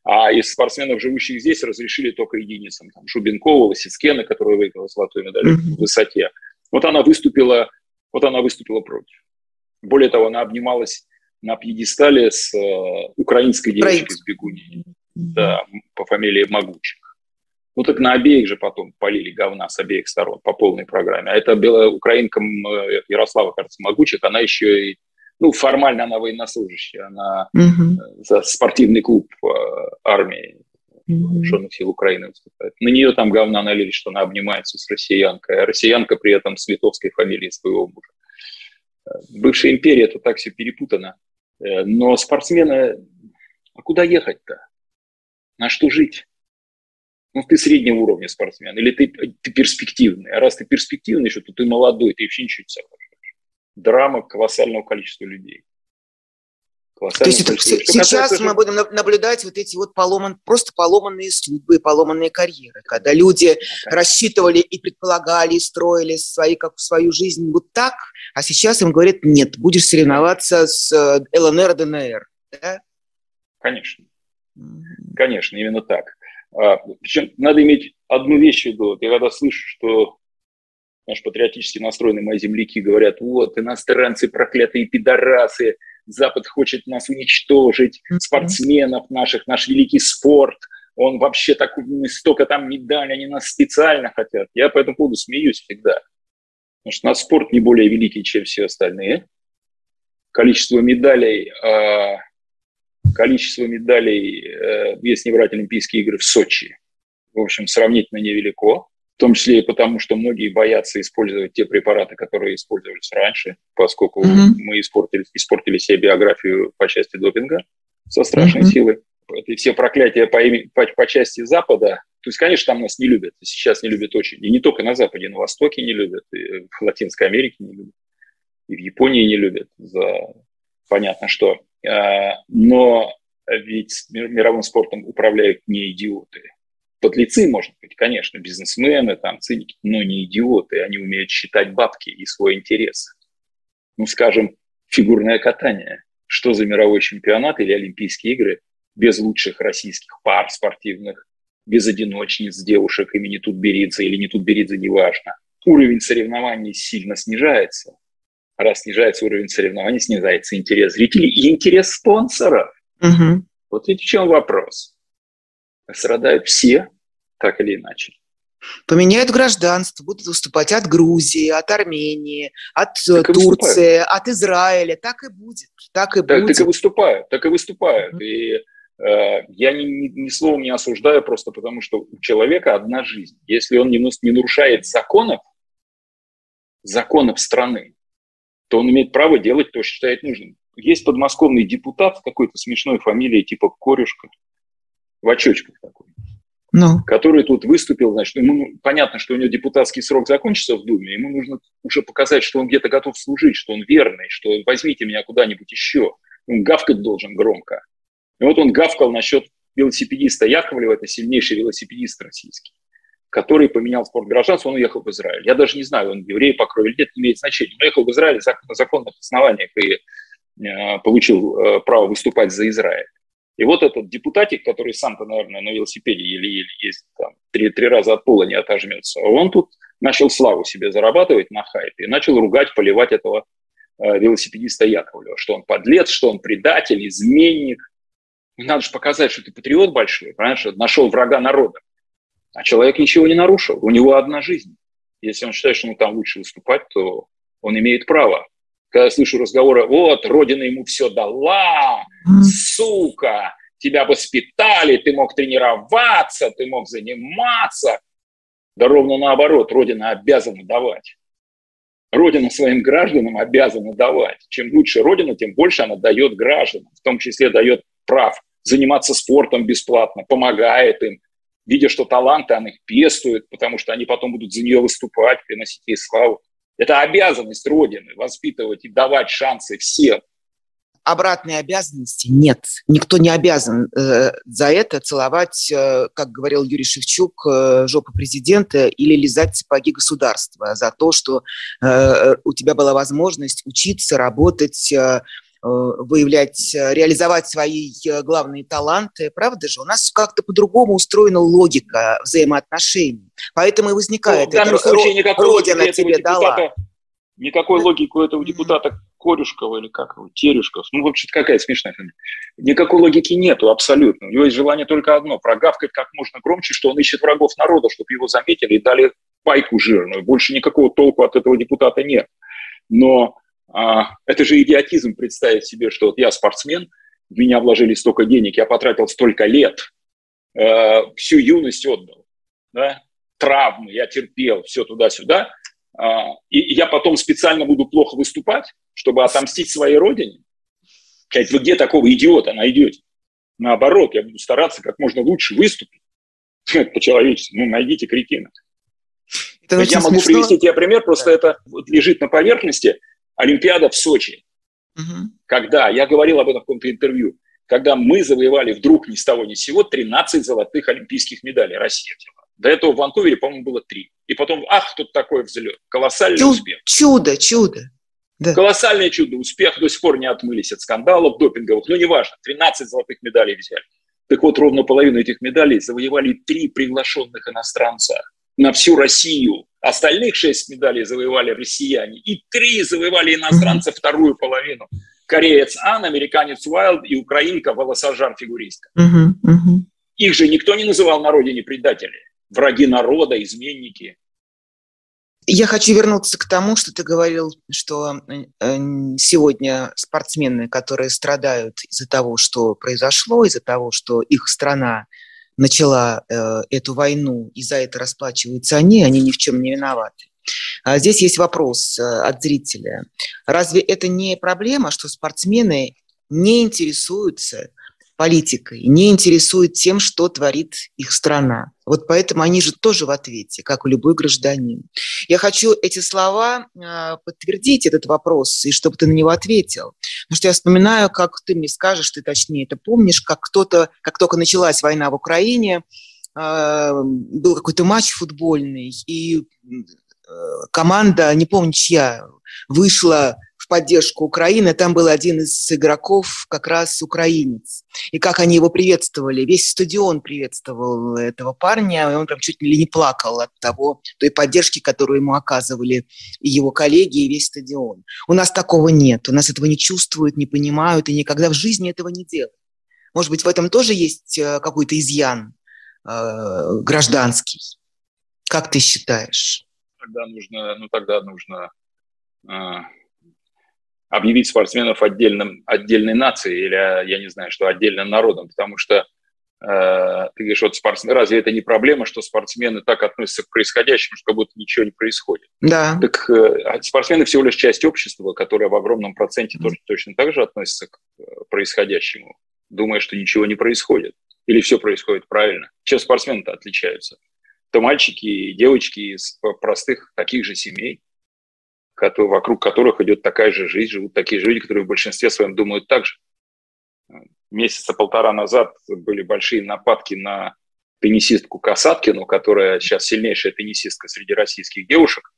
S2: А из спортсменов, живущих здесь, разрешили только единицам. Там, Шубенкову, Лосицкена, которая выиграла золотую медаль mm-hmm. в высоте. Вот она выступила, вот она выступила против. Более того, она обнималась на пьедестале с э, украинской девочкой с бегуней, mm-hmm. да, по фамилии Могучик. Ну так на обеих же потом полили говна с обеих сторон по полной программе. А это была украинка Ярослава, кажется, Могучик, она еще и, ну, формально она военнослужащая, она mm-hmm. за спортивный клуб э, армии вооруженных mm-hmm. сил Украины выступает. На нее там говна налили, что она обнимается с россиянкой, а россиянка при этом с литовской фамилией своего мужа. Бывшая империя, это так все перепутано. Но спортсмены, а куда ехать-то? На что жить? Ну, ты среднего уровня спортсмен, или ты, ты перспективный. А раз ты перспективный еще, то ты молодой, ты вообще ничего не соображаешь. Драма колоссального количества людей.
S1: То есть это, сейчас мы же... будем наблюдать вот эти вот поломан, просто поломанные судьбы, поломанные карьеры, когда люди okay. рассчитывали и предполагали, и строили свои, как, свою жизнь вот так, а сейчас им говорят, нет, будешь соревноваться с ЛНР, ДНР. Да?
S2: Конечно. Mm-hmm. Конечно, именно так. А, причем надо иметь одну вещь в виду. Я когда слышу, что наши патриотически настроенные мои земляки говорят, вот, иностранцы, проклятые пидорасы, Запад хочет нас уничтожить, спортсменов наших, наш великий спорт, он вообще такой, столько там медалей, они нас специально хотят. Я по этому поводу смеюсь всегда. Потому что наш спорт не более великий, чем все остальные. Количество медалей, э, количество медалей, э, если не брать Олимпийские игры в Сочи, в общем, сравнительно невелико. В том числе и потому, что многие боятся использовать те препараты, которые использовались раньше, поскольку mm-hmm. мы испортили, испортили себе биографию по части допинга со страшной mm-hmm. силой. Это все проклятия по, по, по части Запада. То есть, конечно, там нас не любят. Сейчас не любят очень. И не только на Западе, на Востоке не любят. И в Латинской Америке не любят. И в Японии не любят. За понятно что. Но ведь мировым спортом управляют не идиоты. Подлецы, может быть, конечно, бизнесмены, там, циники, но не идиоты. Они умеют считать бабки и свой интерес. Ну, скажем, фигурное катание. Что за мировой чемпионат или Олимпийские игры без лучших российских пар спортивных, без одиночниц, девушек имени Тутберидзе или не Тутберидзе, неважно. Уровень соревнований сильно снижается. Раз снижается уровень соревнований, снижается интерес зрителей и интерес спонсоров. Угу. Вот ведь в чем вопрос. Страдают все, так или иначе.
S1: Поменяют гражданство, будут выступать от Грузии, от Армении, от так Турции, от Израиля. Так и будет. Так и,
S2: так,
S1: будет.
S2: так и выступают. Так и выступают. Mm-hmm. И э, я ни, ни, ни словом не осуждаю, просто потому что у человека одна жизнь. Если он не, не нарушает законов, законов страны, то он имеет право делать то, что считает нужным. Есть подмосковный депутат с какой-то смешной фамилией типа Корюшка, в очочках такой, no. который тут выступил, значит, ему понятно, что у него депутатский срок закончится в Думе, ему нужно уже показать, что он где-то готов служить, что он верный, что возьмите меня куда-нибудь еще. Он гавкать должен громко. И вот он гавкал насчет велосипедиста Яковлева, это сильнейший велосипедист российский, который поменял спорт гражданства, он уехал в Израиль. Я даже не знаю, он еврей по крови или нет, не имеет значения. Он уехал в Израиль на законных основаниях и э, получил э, право выступать за Израиль. И вот этот депутатик, который сам-то, наверное, на велосипеде еле-еле ездит, там, три, три раза от пола не отожмется, он тут начал славу себе зарабатывать на хайпе и начал ругать, поливать этого э, велосипедиста Яковлева, что он подлец, что он предатель, изменник. Надо же показать, что ты патриот большой, понимаешь, нашел врага народа. А человек ничего не нарушил, у него одна жизнь. Если он считает, что ему там лучше выступать, то он имеет право. Когда я слышу разговоры, вот, Родина ему все дала, сука, тебя воспитали, ты мог тренироваться, ты мог заниматься. Да ровно наоборот, Родина обязана давать. Родина своим гражданам обязана давать. Чем лучше Родина, тем больше она дает гражданам, в том числе дает прав заниматься спортом бесплатно, помогает им, видя, что таланты, она их пестует, потому что они потом будут за нее выступать, приносить ей славу. Это обязанность Родины – воспитывать и давать шансы всем.
S1: Обратной обязанности нет. Никто не обязан э, за это целовать, э, как говорил Юрий Шевчук, э, жопу президента или лизать сапоги государства за то, что э, у тебя была возможность учиться, работать, э, выявлять, реализовать свои главные таланты, правда же? У нас как-то по-другому устроена логика взаимоотношений, поэтому и возникает
S2: ну, в данном
S1: это,
S2: случае никакой
S1: Родина
S2: логики
S1: тебе
S2: этого депутата,
S1: дала.
S2: никакой логики у этого депутата Корюшкова или как его, Терюшков, ну, вообще-то какая смешная фамилия. Никакой логики нету абсолютно. У него есть желание только одно – прогавкать как можно громче, что он ищет врагов народа, чтобы его заметили и дали пайку жирную. Больше никакого толку от этого депутата нет. Но а, это же идиотизм представить себе, что вот я спортсмен, в меня вложили столько денег, я потратил столько лет, э, всю юность отдал, да? Травмы, я терпел, все туда-сюда, э, и я потом специально буду плохо выступать, чтобы отомстить своей родине. Сказать, вы где такого идиота найдете? Наоборот, я буду стараться как можно лучше выступить. По-человечески, ну, найдите кретина. Это я могу смешно. Привести тебе пример, просто да. Это вот лежит на поверхности. Олимпиада в Сочи. Угу. Когда, я говорил об этом в каком-то интервью, когда мы завоевали вдруг ни с того ни с сего тринадцать золотых олимпийских медалей Россия взяла. До этого в Ванкувере, по-моему, было три. И потом, ах, тут такой взлет. Колоссальный Чу- успех.
S1: Чудо, чудо.
S2: Да. Колоссальное чудо. Успех, до сих пор не отмылись от скандалов допинговых. Ну, неважно, тринадцать золотых медалей взяли. Так вот, ровно половину этих медалей завоевали три приглашенных иностранца на всю Россию. Остальных шесть медалей завоевали россияне. И три завоевали иностранцы, mm-hmm. вторую половину. Кореец Ан, американец Уайлд и украинка волосожар-фигуристка. Mm-hmm. Mm-hmm. Их же никто не называл на родине предателей. Враги народа, изменники.
S1: Я хочу вернуться к тому, что ты говорил, что сегодня спортсмены, которые страдают из-за того, что произошло, из-за того, что их страна начала э, эту войну, и за это расплачиваются они, они ни в чем не виноваты. А здесь есть вопрос э, от зрителя. Разве это не проблема, что спортсмены не интересуются политикой, не интересуют тем, что творит их страна? Вот поэтому они же тоже в ответе, как и любой гражданин. Я хочу эти слова э, подтвердить, этот вопрос, и чтобы ты на него ответил. Потому что я вспоминаю, как ты мне скажешь, ты точнее это помнишь, как кто-то, как только началась война в Украине, э, был какой-то матч футбольный, и э, команда, не помню чья, вышла в поддержку Украины, там был один из игроков как раз украинец. И как они его приветствовали, весь стадион приветствовал этого парня, и он прям чуть ли не плакал от того, той поддержки, которую ему оказывали и его коллеги, и весь стадион. У нас такого нет, у нас этого не чувствуют, не понимают, и никогда в жизни этого не делают. Может быть, в этом тоже есть какой-то изъян э, гражданский? Как ты считаешь?
S2: Тогда нужно, ну тогда нужно... Э... объявить спортсменов отдельным, отдельной нацией или, я не знаю, что отдельным народом, потому что э, ты говоришь, вот спортсмен, разве это не проблема, что спортсмены так относятся к происходящему, что как будто ничего не происходит?
S1: Да.
S2: Так э, спортсмены всего лишь часть общества, которая в огромном проценте mm. тоже точно так же относится к э, происходящему, думая, что ничего не происходит. Или все происходит правильно. Чем спортсмены-то отличаются? То мальчики и девочки из простых таких же семей, вокруг которых идет такая же жизнь, живут такие же люди, которые в большинстве своем думают так же. Месяца полтора назад были большие нападки на теннисистку Касаткину, которая сейчас сильнейшая теннисистка среди российских девушек.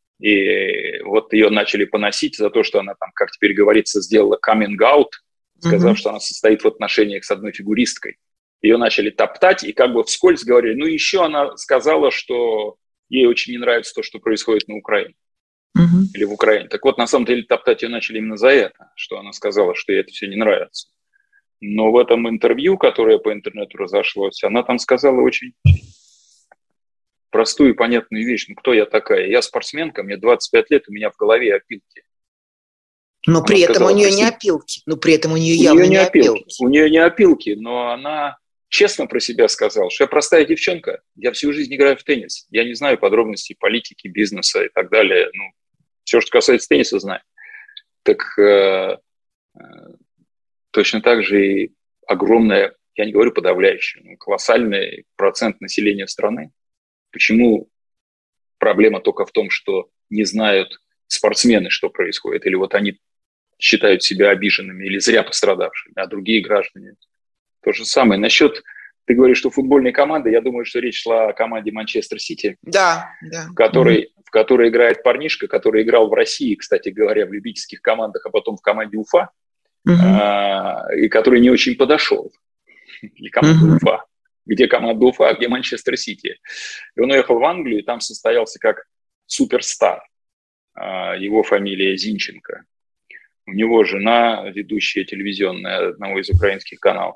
S2: И вот ее начали поносить за то, что она там, как теперь говорится, сделала coming out, сказав, mm-hmm. что она состоит в отношениях с одной фигуристкой. Ее начали топтать и как бы вскользь говорили. Ну, еще она сказала, что ей очень не нравится то, что происходит на Украине. Uh-huh. Или в Украине. Так вот, на самом деле, топтать ее начали именно за это, что она сказала, что ей это все не нравится. Но в этом интервью, которое по интернету разошлось, она там сказала очень простую и понятную вещь. Ну, кто я такая? Я спортсменка, мне двадцать пять лет, у меня в голове опилки.
S1: Но она при этом сказала, у нее не опилки. Но при этом у нее явно у нее не опилки. опилки.
S2: У нее не опилки, но она честно про себя сказала, что я простая девчонка, я всю жизнь играю в теннис. Я не знаю подробностей политики, бизнеса и так далее. Ну, все, что касается тенниса, знаю. Так э, э, точно так же и огромная, я не говорю подавляющая, но колоссальный процент населения страны. Почему проблема только в том, что не знают спортсмены, что происходит, или вот они считают себя обиженными или зря пострадавшими, а другие граждане то же самое. Насчет, ты говоришь, что футбольные команды, я думаю, что речь шла о команде Манчестер Сити,
S1: да, да.
S2: в которой, mm-hmm. в которой играет парнишка, который играл в России, кстати говоря, в любительских командах, а потом в команде Уфа. угу. а, и который не очень подошел. И команда угу. Уфа. Где команда Уфа, а где Манчестер Сити. И он уехал в Англию, и там состоялся как суперстар. Его фамилия Зинченко. У него жена, ведущая телевизионная одного из украинских каналов.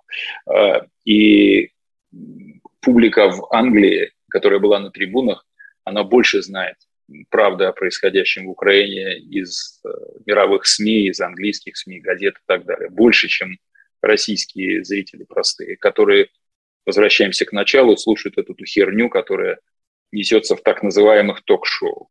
S2: И публика в Англии, которая была на трибунах, она больше знает правды о происходящем в Украине из мировых СМИ, из английских СМИ, газет и так далее. Больше, чем российские зрители простые, которые, возвращаемся к началу, слушают эту херню, которая несется в так называемых ток-шоу.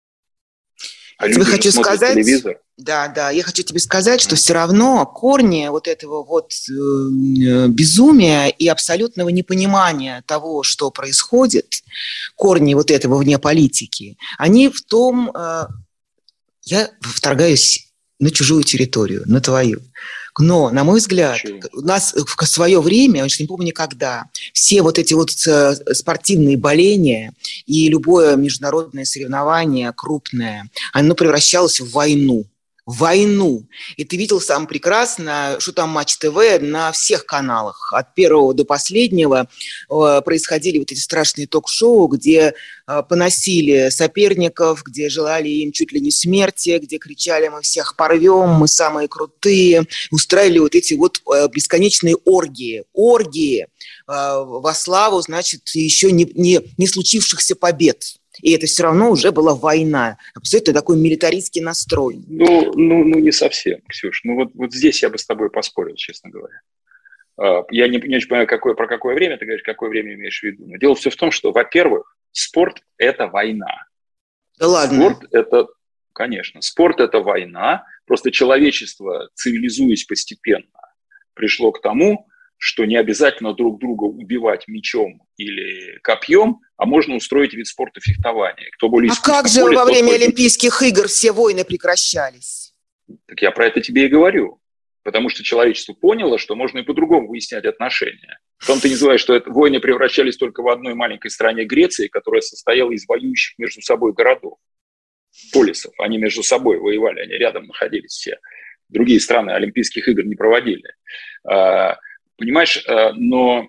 S1: А я тебе хочу сказать, телевизор. да, да, я хочу тебе сказать, что все равно корни вот этого вот э, безумия и абсолютного непонимания того, что происходит, корни вот этого вне политики, они в том, э, я вторгаюсь на чужую территорию, на твою. Но, на мой взгляд, Чего? у нас в свое время, я не помню когда, все вот эти вот спортивные боления и любое международное соревнование крупное, оно превращалось в войну. Войну. И ты видел сам прекрасно, что там Матч ТВ на всех каналах, от первого до последнего э, происходили вот эти страшные ток-шоу, где э, поносили соперников, где желали им чуть ли не смерти, где кричали: мы всех порвем, мы самые крутые, устраивали вот эти вот э, бесконечные оргии. Оргии э, во славу, значит, еще не, не, не случившихся побед. И это все равно уже была война. Абсолютно такой милитаристский настрой.
S2: Ну, ну, ну не совсем, Ксюш. Ну вот, вот здесь я бы с тобой поспорил, честно говоря. Я не, не очень понимаю, какое, про какое время ты говоришь, какое время имеешь в виду. Но дело все в том, что, во-первых, спорт – это война.
S1: Да ладно?
S2: Спорт – это, конечно, спорт – это война. Просто человечество, цивилизуясь постепенно, пришло к тому, что не обязательно друг друга убивать мечом или копьем, а можно устроить вид спорта фехтования. Кто более
S1: а как же более, во время пойдет... Олимпийских игр все войны прекращались?
S2: Так я про это тебе и говорю. Потому что человечество поняло, что можно и по-другому выяснять отношения. В том-то не называю, что это, войны превращались только в одной маленькой стране Греции, которая состояла из воюющих между собой городов, полисов. Они между собой воевали, они рядом находились все. Другие страны Олимпийских игр не проводили. Понимаешь, но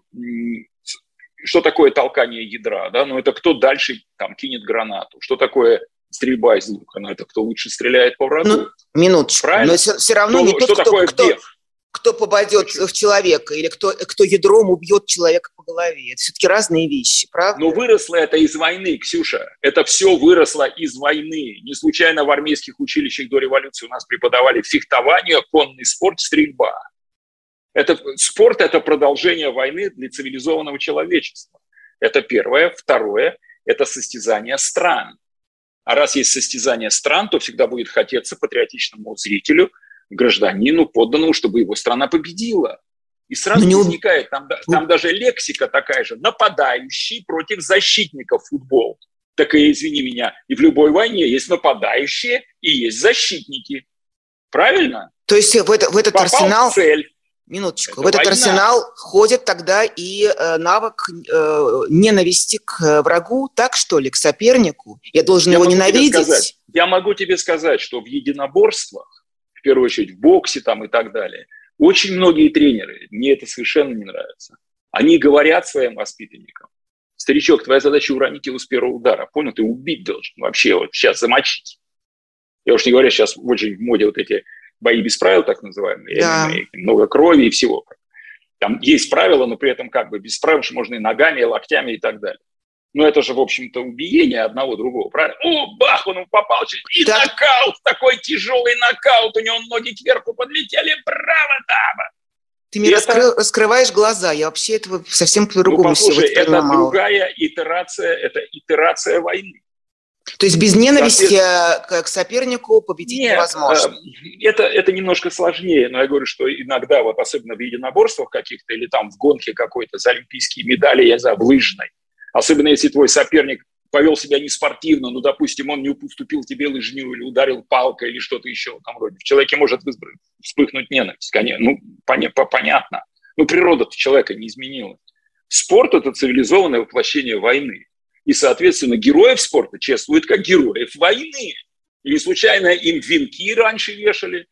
S2: что такое толкание ядра? Да? Ну, это кто дальше там кинет гранату. Что такое стрельба из лука? Ну, это кто лучше стреляет по врагу.
S1: Ну, минуточку. Правильно? Но все, все равно что, не тот, что кто, такое кто, кто попадет Почему? в человека или кто, кто ядром убьет человека по голове. Это все-таки разные вещи, правда?
S2: Но выросло это из войны, Ксюша. Это все выросло из войны. Не случайно в армейских училищах до революции у нас преподавали фехтование, конный спорт, стрельба. Это, спорт – это продолжение войны для цивилизованного человечества. Это первое. Второе – это состязание стран. А раз есть состязание стран, то всегда будет хотеться патриотичному зрителю, гражданину, подданному, чтобы его страна победила. И сразу не возникает, там, там даже лексика такая же, нападающий против защитников футбол. Так и, извини меня, и в любой войне есть нападающие и есть защитники. Правильно?
S1: То есть в, это, в этот
S2: Попал
S1: арсенал...
S2: в цель.
S1: Минуточку. Это в этот война. Арсенал входит тогда и э, навык э, ненависти к врагу, так что ли, к сопернику? Я должен Я его ненавидеть?
S2: Я могу тебе сказать, что в единоборствах, в первую очередь в боксе там и так далее, очень многие тренеры, мне это совершенно не нравится, они говорят своим воспитанникам: старичок, твоя задача уронить его с первого удара, понял? Ты убить должен вообще, вот сейчас замочить. Я уж не говорю, сейчас очень в моде вот эти... бои без правил, так называемые, да. эм эм а, много крови и всего. Там есть правила, но при этом как бы без правил, что можно и ногами, и локтями и так далее. Но это же, в общем-то, убиение одного другого, правильно? О, бах, он попал. И так... нокаут, такой тяжелый нокаут, у него ноги кверху подлетели, браво, дама.
S1: Ты мне это... раскры... раскрываешь глаза, я вообще этого совсем по-другому
S2: ну,
S1: все
S2: воспринимала. Это другая итерация, это итерация войны.
S1: То есть без ненависти к сопернику победить
S2: Нет,
S1: невозможно?
S2: Это, это немножко сложнее, но я говорю, что иногда, вот особенно в единоборствах каких-то или там в гонке какой-то за олимпийские медали, я знаю, в лыжной, особенно если твой соперник повел себя неспортивно, ну, допустим, он не уступил тебе лыжню или ударил палкой или что-то еще там вроде. В человеке может вспыхнуть ненависть, конечно, ну, понятно. Но природа-то человека не изменилась. Спорт – это цивилизованное воплощение войны. И, соответственно, героев спорта чествуют как героев войны. И не случайно им венки раньше вешали.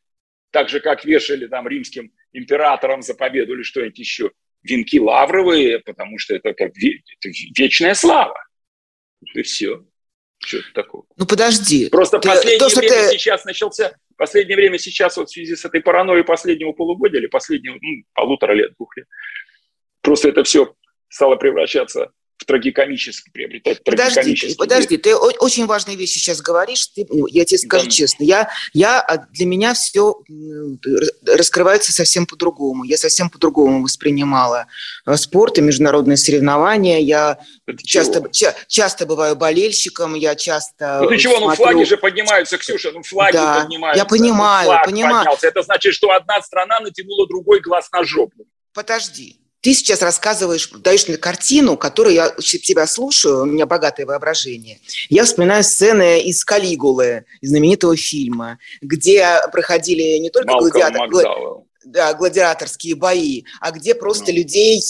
S2: так же, как вешали там римским императорам за победу или что-нибудь еще, венки лавровые, потому что это как это вечная слава. И все. Что-то такого.
S1: Ну, подожди.
S2: Просто
S1: ты,
S2: последнее
S1: то,
S2: время
S1: ты...
S2: сейчас начался, последнее время сейчас вот в связи с этой паранойей последнего полугодия или последнего, ну, полутора лет, двух лет, просто это все стало превращаться в трагикомический, приобретать
S1: Подожди,
S2: трагикомический
S1: подожди,
S2: вид.
S1: ты очень важные вещи сейчас говоришь. Ты, я тебе скажу
S2: Да.
S1: честно, я, я, для меня все раскрывается совсем по-другому. Я совсем по-другому воспринимала спорт и международные соревнования. Я часто, ча, часто бываю болельщиком, я часто
S2: Ну ты чего,
S1: смотрю...
S2: ну флаги же поднимаются, Ксюша, ну флаги
S1: да,
S2: поднимаются.
S1: Я понимаю,
S2: ну, флаг
S1: понимаю.
S2: поднялся. Это значит, что одна страна натянула другой глаз на жопу.
S1: Подожди. Ты сейчас рассказываешь, даешь мне картину, которую я тебя слушаю, у меня богатое воображение. Я вспоминаю сцены из «Калигулы», из знаменитого фильма, где проходили не только гладиатор... Гла... да, гладиаторские бои, а где просто ну. людей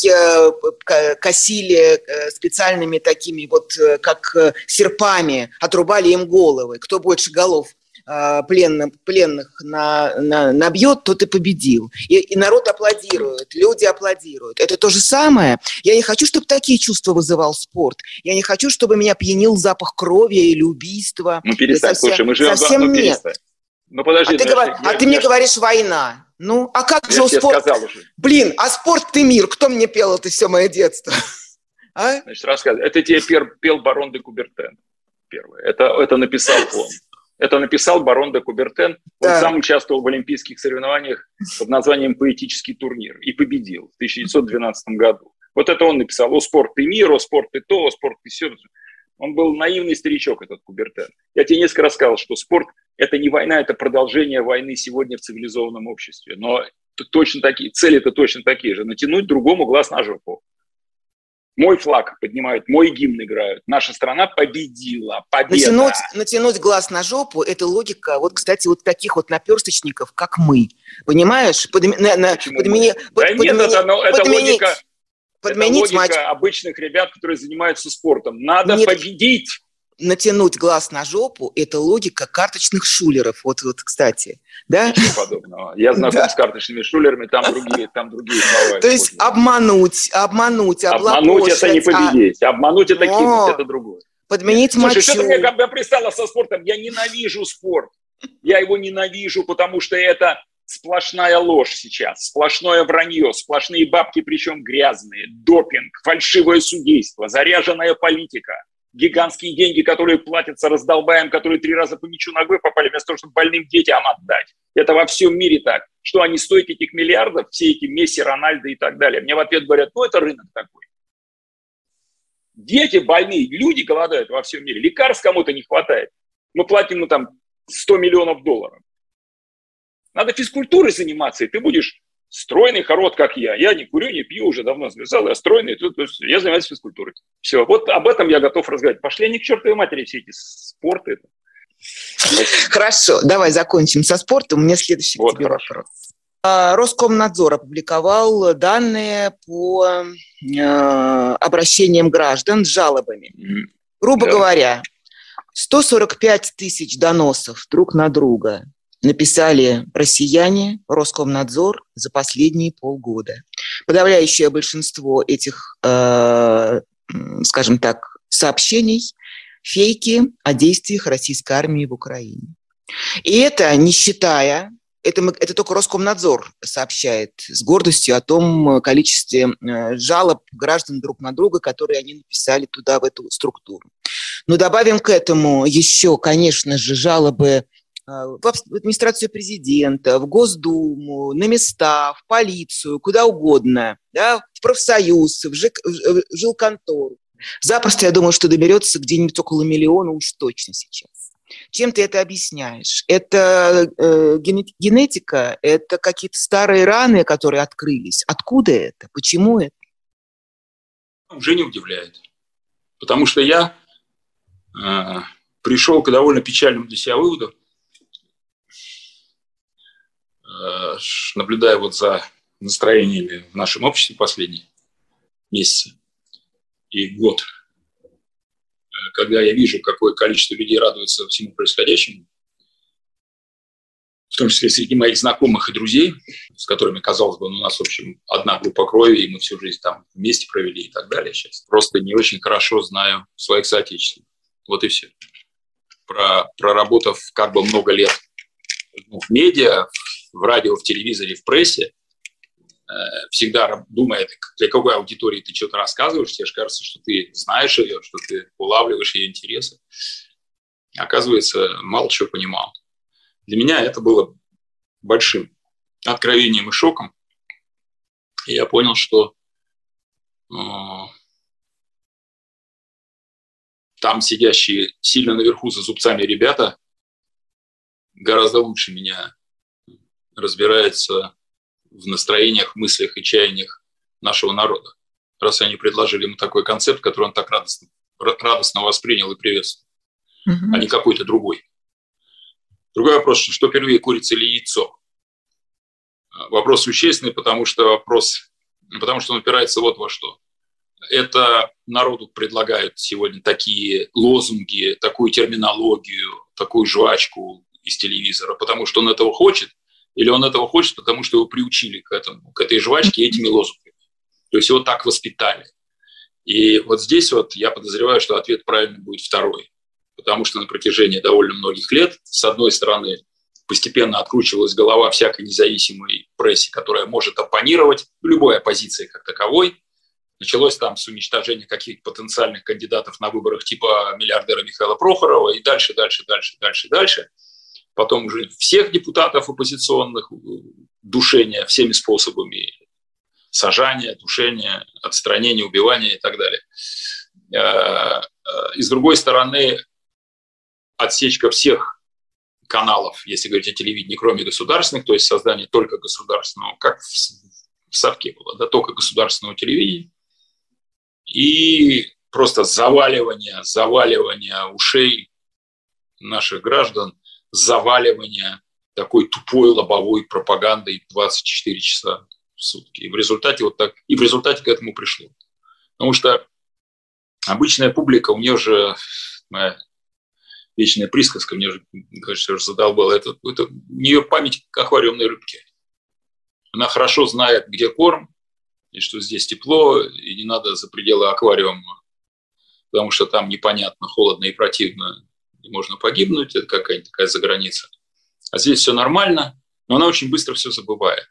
S1: косили специальными такими вот, как серпами, отрубали им головы. Кто больше голов пленных, пленных на, на, набьет, тот и победил. И, и народ аплодирует, люди аплодируют. Это то же самое. Я не хочу, чтобы такие чувства вызывал спорт. Я не хочу, чтобы меня пьянил запах крови или убийства.
S2: Ну, перестань, совсем, слушай, мы живем...
S1: Совсем
S2: ну,
S1: нет.
S2: Ну, подожди.
S1: А ты,
S2: ну,
S1: говор...
S2: я,
S1: а
S2: я,
S1: ты
S2: я,
S1: мне
S2: я...
S1: говоришь «война». Ну, а как
S2: я
S1: же у спорта...
S2: уже.
S1: Блин, а спорт ты мир. Кто мне пел это все мое детство?
S2: А? Значит, рассказывай. Это тебе пел барон де Кубертен. Первое. Это, это написал он. Это написал барон де Кубертен. Он да. сам участвовал в олимпийских соревнованиях под названием «Поэтический турнир» и победил в тысяча девятьсот двенадцатом году. Вот это он написал. «О спорт и мир, о спорт и то, о спорт и все». Он был наивный старичок, этот Кубертен. Я тебе несколько раз сказал, что спорт – это не война, это продолжение войны сегодня в цивилизованном обществе. Но точно такие, цели-то точно такие же. Натянуть другому глаз на жопу. Мой флаг поднимают, мой гимн играют. Наша страна победила. Победа.
S1: Натянуть, натянуть глаз на жопу – это логика, вот, кстати, вот таких вот наперсточников, как мы. Понимаешь? Подми, на, на, подмени,
S2: под, да подмени, нет, это, ну, это
S1: подменить,
S2: логика,
S1: подменить
S2: это логика
S1: матч.
S2: обычных ребят, которые занимаются спортом. Надо
S1: нет,
S2: победить.
S1: Натянуть глаз на жопу – это логика карточных шулеров. Вот, вот, кстати. Да?
S2: Ничего подобного. Я знаком да. с карточными шулерами, там другие, там другие слова.
S1: То есть обмануть, обмануть,
S2: Обмануть – это не победить. А... Обмануть – это
S1: Но...
S2: кинуть, это другое.
S1: Подменить
S2: Слушай,
S1: мочу.
S2: что ты мне как бы пристала со спортом? Я ненавижу спорт. Я его ненавижу, потому что это сплошная ложь сейчас, сплошное вранье, сплошные бабки, причем грязные, допинг, фальшивое судейство, заряженная политика. Гигантские деньги, которые платятся раздолбаем, которые три раза по мячу ногой попали, вместо того, чтобы больным детям отдать. Это во всем мире так. Что они стоят этих миллиардов, все эти Месси, Рональдо и так далее. Мне в ответ говорят, ну это рынок такой. Дети больные, люди голодают во всем мире. Лекарств кому-то не хватает. Мы платим ну, там сто миллионов долларов. Надо физкультурой заниматься, и ты будешь стройный, хород, как я. Я не курю, не пью, уже давно завязал, я стройный, то, то я занимаюсь физкультурой. Все, вот об этом я готов разговаривать. Пошли они к чертовой матери, все эти спорты.
S1: Хорошо, давай закончим со спортом. У меня следующий
S2: вот,
S1: к тебе
S2: хорошо.
S1: вопрос. Роскомнадзор опубликовал данные по э, обращениям граждан с жалобами. Mm. Грубо да. говоря, сто сорок пять тысяч доносов друг на друга написали россияне, Роскомнадзор за последние полгода. Подавляющее большинство этих, э, скажем так, сообщений – фейки о действиях российской армии в Украине. И это не считая, это, это только Роскомнадзор сообщает с гордостью о том количестве э, жалоб граждан друг на друга, которые они написали туда, в эту структуру. Но добавим к этому еще, конечно же, жалобы в администрацию президента, в Госдуму, на места, в полицию, куда угодно, да, в профсоюз, в, ЖК, в жилконтору. Запросто, я думаю, что доберется где-нибудь около миллиона уж точно сейчас. Чем ты это объясняешь? Это э, генетика? Это какие-то старые раны, которые открылись? Откуда это? Почему это?
S2: Уже не удивляет. Потому что я э, пришел к довольно печальному для себя выводу, наблюдая вот за настроениями в нашем обществе последние месяцы и год, когда я вижу, какое количество людей радуется всему происходящему, в том числе среди моих знакомых и друзей, с которыми, казалось бы, ну, у нас, в общем, одна группа крови, и мы всю жизнь там вместе провели и так далее. Сейчас просто не очень хорошо знаю своих соотечественников. Вот и все. Про, проработав как бы много лет ну, в медиа, в радио, в телевизоре, в прессе, э, всегда думая, для какой аудитории ты что-то рассказываешь, тебе же кажется, что ты знаешь ее, что ты улавливаешь ее интересы. Оказывается, мало чего понимал. Для меня это было большим откровением и шоком. И я понял, что э, там сидящие сильно наверху за зубцами ребята гораздо лучше меня разбираются в настроениях, мыслях и чаяниях нашего народа. Раз они предложили ему такой концепт, который он так радостно, радостно воспринял и приветствовал, mm-hmm. а не какой-то другой. Другой вопрос, что первее, курица или яйцо? Вопрос существенный, потому что вопрос, потому что он упирается вот во что. Это народу предлагают сегодня такие лозунги, такую терминологию, такую жвачку из телевизора, потому что он этого хочет, или он этого хочет, потому что его приучили к этому, к этой жвачке этими лозунгами. То есть его так воспитали. И вот здесь вот я подозреваю, что ответ правильный будет второй. Потому что на протяжении довольно многих лет, с одной стороны, постепенно откручивалась голова всякой независимой прессе, которая может оппонировать любой оппозиции как таковой. Началось там с уничтожения каких-то потенциальных кандидатов на выборах типа миллиардера Михаила Прохорова и дальше, дальше, дальше, дальше, дальше. Потом уже всех депутатов оппозиционных, душения всеми способами, сажания, душения, отстранения, убивания и так далее. И с другой стороны, отсечка всех каналов, если говорить о телевидении, кроме государственных, то есть создание только государственного, как в Совке было, да, только государственного телевидения, и просто заваливание, заваливание ушей наших граждан, заваливание такой тупой лобовой пропагандой двадцать четыре часа в сутки. И в результате вот так, и в результате к этому пришло. Потому что обычная публика, у нее же моя вечная присказка, мне же, кажется, уже задолбала, это, это у нее память к аквариумной рыбке. Она хорошо знает, где корм, и что здесь тепло, и не надо за пределы аквариума, потому что там непонятно, холодно и противно, и можно погибнуть, это какая-нибудь такая заграница. А здесь все нормально, но она очень быстро все забывает.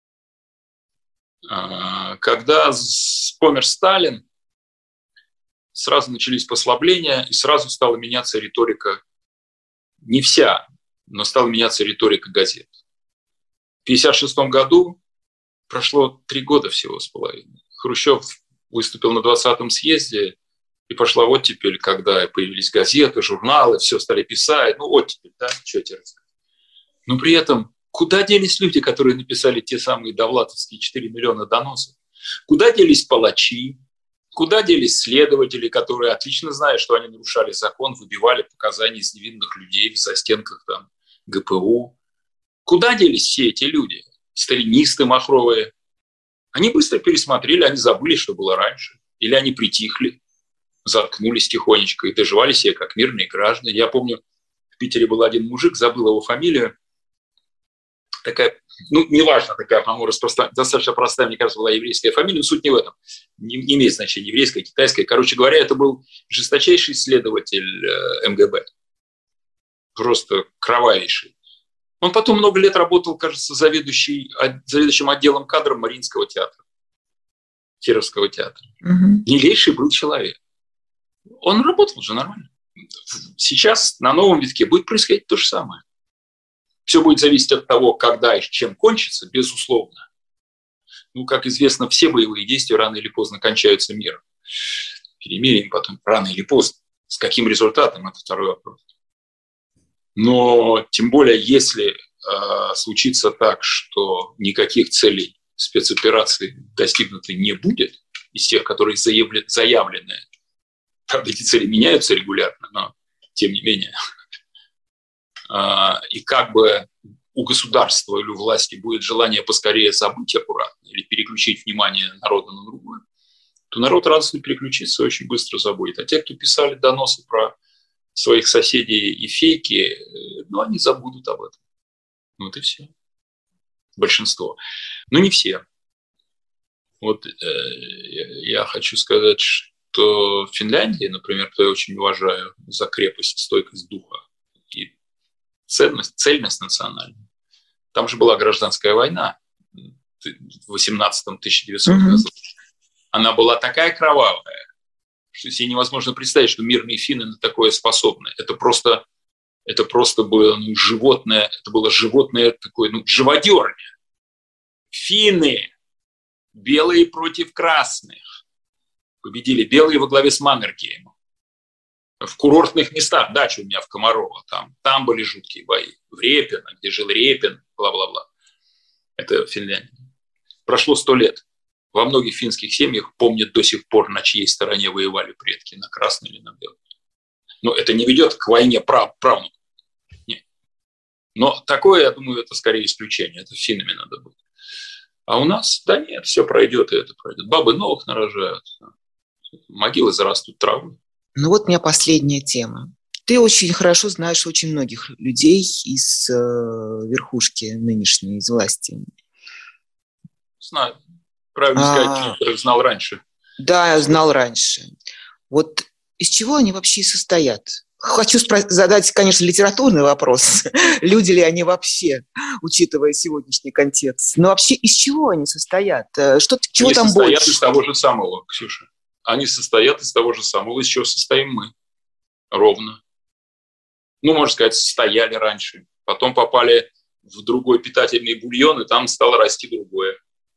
S2: Когда помер Сталин, сразу начались послабления, и сразу стала меняться риторика, не вся, но стала меняться риторика газет. В тысяча девятьсот пятьдесят шестом году прошло три года всего с половиной. Хрущев выступил на двадцатом съезде, и пошла оттепель, когда появились газеты, журналы, все стали писать. Ну, оттепель, да, что тебе рассказать. Но при этом куда делись люди, которые написали те самые довлатовские четыре миллиона доносов? Куда делись палачи? Куда делись следователи, которые отлично знают, что они нарушали закон, выбивали показания из невинных людей в застенках там, ГПУ? Куда делись все эти люди? Сталинисты махровые. Они быстро пересмотрели, они забыли, что было раньше. Или они притихли, заткнулись тихонечко и доживали себе как мирные граждане. Я помню, в Питере был один мужик, забыл его фамилию. Такая, ну, неважно, такая, по-моему, распростран... достаточно простая, мне кажется, была еврейская фамилия, но суть не в этом. Не, не имеет значения, еврейская, китайская. Короче говоря, это был жесточайший следователь э, МГБ. Просто кровавейший. Он потом много лет работал, кажется, заведующий, заведующим отделом кадров Мариинского театра, Кировского театра. Угу. Милейший был человек. Он работал уже нормально. Сейчас на новом витке будет происходить то же самое. Все будет зависеть от того, когда и чем кончится, безусловно. Ну, как известно, все боевые действия рано или поздно кончаются миром. Перемирием потом рано или поздно. С каким результатом – это второй вопрос. Но тем более, если э, случится так, что никаких целей спецоперации достигнуто не будет, из тех, которые заявля- заявлены, правда, эти цели меняются регулярно, но тем не менее, и как бы у государства или у власти будет желание поскорее забыть аккуратно или переключить внимание народа на другое, то народ радостно переключится и очень быстро забудет. А те, кто писали доносы про своих соседей и фейки, ну, они забудут об этом. Вот и все. Большинство. Но не все. Вот э, я хочу сказать, что в Финляндии, например, кто я очень уважаю за крепость, стойкость духа и ценность, цельность национальную. Там же была гражданская война в восемнадцатом тысяча девятисотом году. Она была такая кровавая, что себе невозможно представить, что мирные финны на такое способны. Это просто, это просто было ну, животное, это было животное такое, ну, живодерня. Финны, белые против красных, победили белые во главе с Маннергеймом. В курортных местах, дача у меня в Комарово, там, там были жуткие бои. В Репино, где жил Репин, бла-бла-бла. Это Финляндия. Прошло сто лет. Во многих финских семьях помнят до сих пор, на чьей стороне воевали предки, на красной или на белой. Но это не ведет к войне прав, правнуков. Нет. Но такое, я думаю, это скорее исключение. Это финнами надо быть. А у нас, да нет, все пройдет, и это пройдет. Бабы новых нарожают. Могилы зарастут травой.
S1: Ну вот у меня последняя тема. Ты очень хорошо знаешь очень многих людей из э, верхушки нынешней, из власти.
S2: Знаю. Правильно сказать, некоторых знал раньше.
S1: Да, знал раньше. Вот из чего они вообще состоят? Хочу спро- задать, конечно, литературный вопрос. Люди ли они вообще, учитывая сегодняшний контекст? Но вообще из чего они состоят? Что, чего
S2: они
S1: там
S2: состоят
S1: больше?
S2: Из того же самого, Ксюша. Они состоят из того же самого, из чего состоим мы. Ровно. Ну, можно сказать, состояли раньше. Потом попали в другой питательный бульон, и там стало расти другое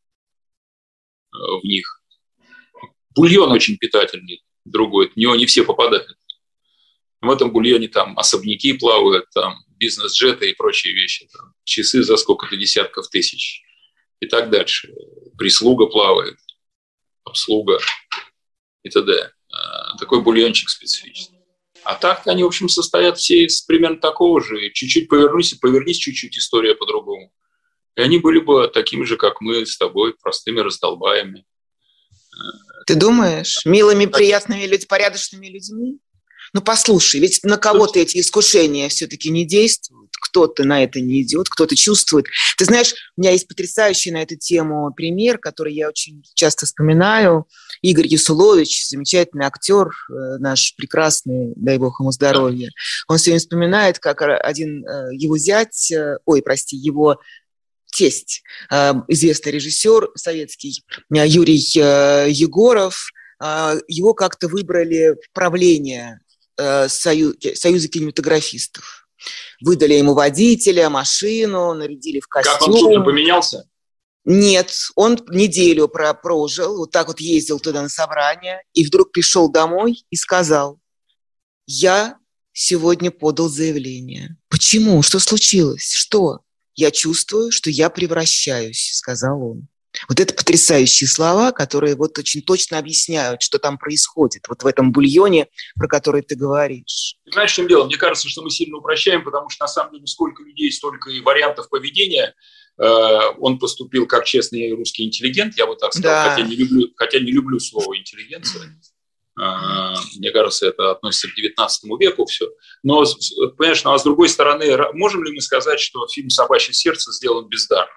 S2: в них. Бульон очень питательный, другой. В него не все попадают. В этом бульоне там особняки плавают, там бизнес-джеты и прочие вещи. Там, часы за сколько-то десятков тысяч и так дальше. Прислуга плавает, обслуга и т.д. Такой бульончик специфический. А так они, в общем, состоят все из примерно такого же. Чуть-чуть повернись, повернись чуть-чуть, история по-другому. И они были бы такими же, как мы с тобой, простыми раздолбаями.
S1: Ты думаешь? Милыми, приятными, людь, порядочными людьми? Ну, послушай, ведь на кого-то эти искушения все-таки не действуют, кто-то на это не идет, кто-то чувствует. Ты знаешь, у меня есть потрясающий на эту тему пример, который я очень часто вспоминаю. Игорь Юсулович, замечательный актер, наш прекрасный, дай бог ему здоровья. Он все время вспоминает, как один его зять, ой, прости, его тесть, известный режиссер советский Юрий Егоров, его как-то выбрали в правление Союза кинематографистов. Выдали ему водителя, машину, нарядили в костюм.
S2: Как он тут же поменялся?
S1: Нет, он неделю прожил, вот так вот ездил туда на собрание, и вдруг пришел домой и сказал: я сегодня подал заявление. Почему? Что случилось? Что? Я чувствую, что я превращаюсь, сказал он. Вот это потрясающие слова, которые вот очень точно объясняют, что там происходит, вот в этом бульоне, про который ты говоришь.
S2: Знаешь, в чем дело? Мне кажется, что мы сильно упрощаем, потому что на самом деле сколько людей, столько и вариантов поведения. Он поступил как честный русский интеллигент, я бы так сказал, да. хотя, не люблю, хотя не люблю слово интеллигенция. Мне кажется, это относится к девятнадцатому веку все. Но, понимаешь, ну, а с другой стороны, можем ли мы сказать, что фильм «Собачье сердце» сделан бездарно?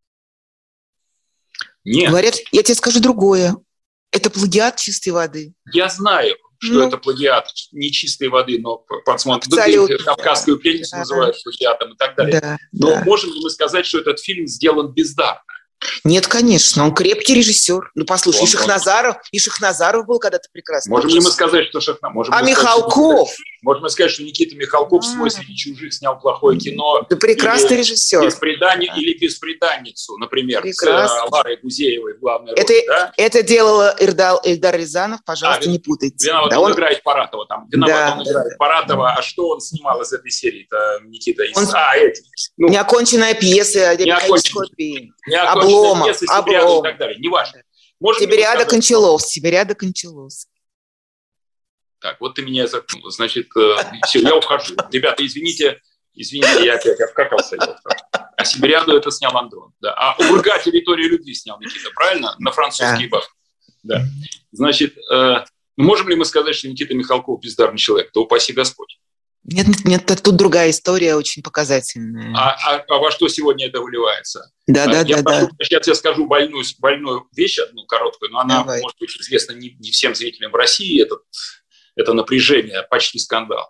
S2: Нет.
S1: Говорят, я тебе скажу другое. Это плагиат чистой воды.
S2: Я знаю, что ну. это плагиат не чистой воды, но подсмотр, «Кавказскую пленницу» да. называют плагиатом и так далее. Да, но да. можем ли мы сказать, что этот фильм сделан бездарно?
S1: Нет, конечно, он крепкий режиссер. Ну, послушай, он, и Шахназаров, он... и Шахназаров был когда-то прекрасный.
S2: Можем ли мы сказать, что Шахназаров...
S1: А Михалков?
S2: Сказать, можем мы сказать, что Никита Михалков в «Свой среди чужих» снял плохое кино.
S1: Это прекрасный режиссер.
S2: Беспреданни... Да. Или «Беспреданницу», например, Прекрасно. с Ларой Гузеевой в главной
S1: это,
S2: роли. Да?
S1: Это делал Эльдар, Эльдар Рязанов, пожалуйста, а, не путайте.
S2: Виноват, да, он, он играет Паратова там. Виноват, да, он играет да, Паратова. Да. А что он снимал из этой серии-то, Никита? Из...
S1: Он...
S2: А, эти.
S1: Ну, неоконченная пьеса.
S2: Неоконченная.
S1: Обломов.
S2: Пьеса, Обломов. И так далее. Неважно.
S1: Тибериада Кончаловский. Тибериада Кончаловский.
S2: Так, вот ты меня заткнул. Значит, э, все, я ухожу. Ребята, извините, извините, я опять вкакался. А Сибириаду это снял Андрон. Да. А «Урга. Территория любви» снял Никита, правильно? На французский да. бах. Да. Значит, э, можем ли мы сказать, что Никита Михалков бездарный человек? Да упаси Господь.
S1: Нет, нет, тут другая история, очень показательная.
S2: А, а, а во что сегодня это выливается?
S1: Да, да,
S2: я
S1: да,
S2: прошу,
S1: да.
S2: Я тебе скажу больную, больную вещь, одну короткую, но она,
S1: Давай.
S2: может быть, известна не, не всем зрителям в России, это, это напряжение, почти скандал.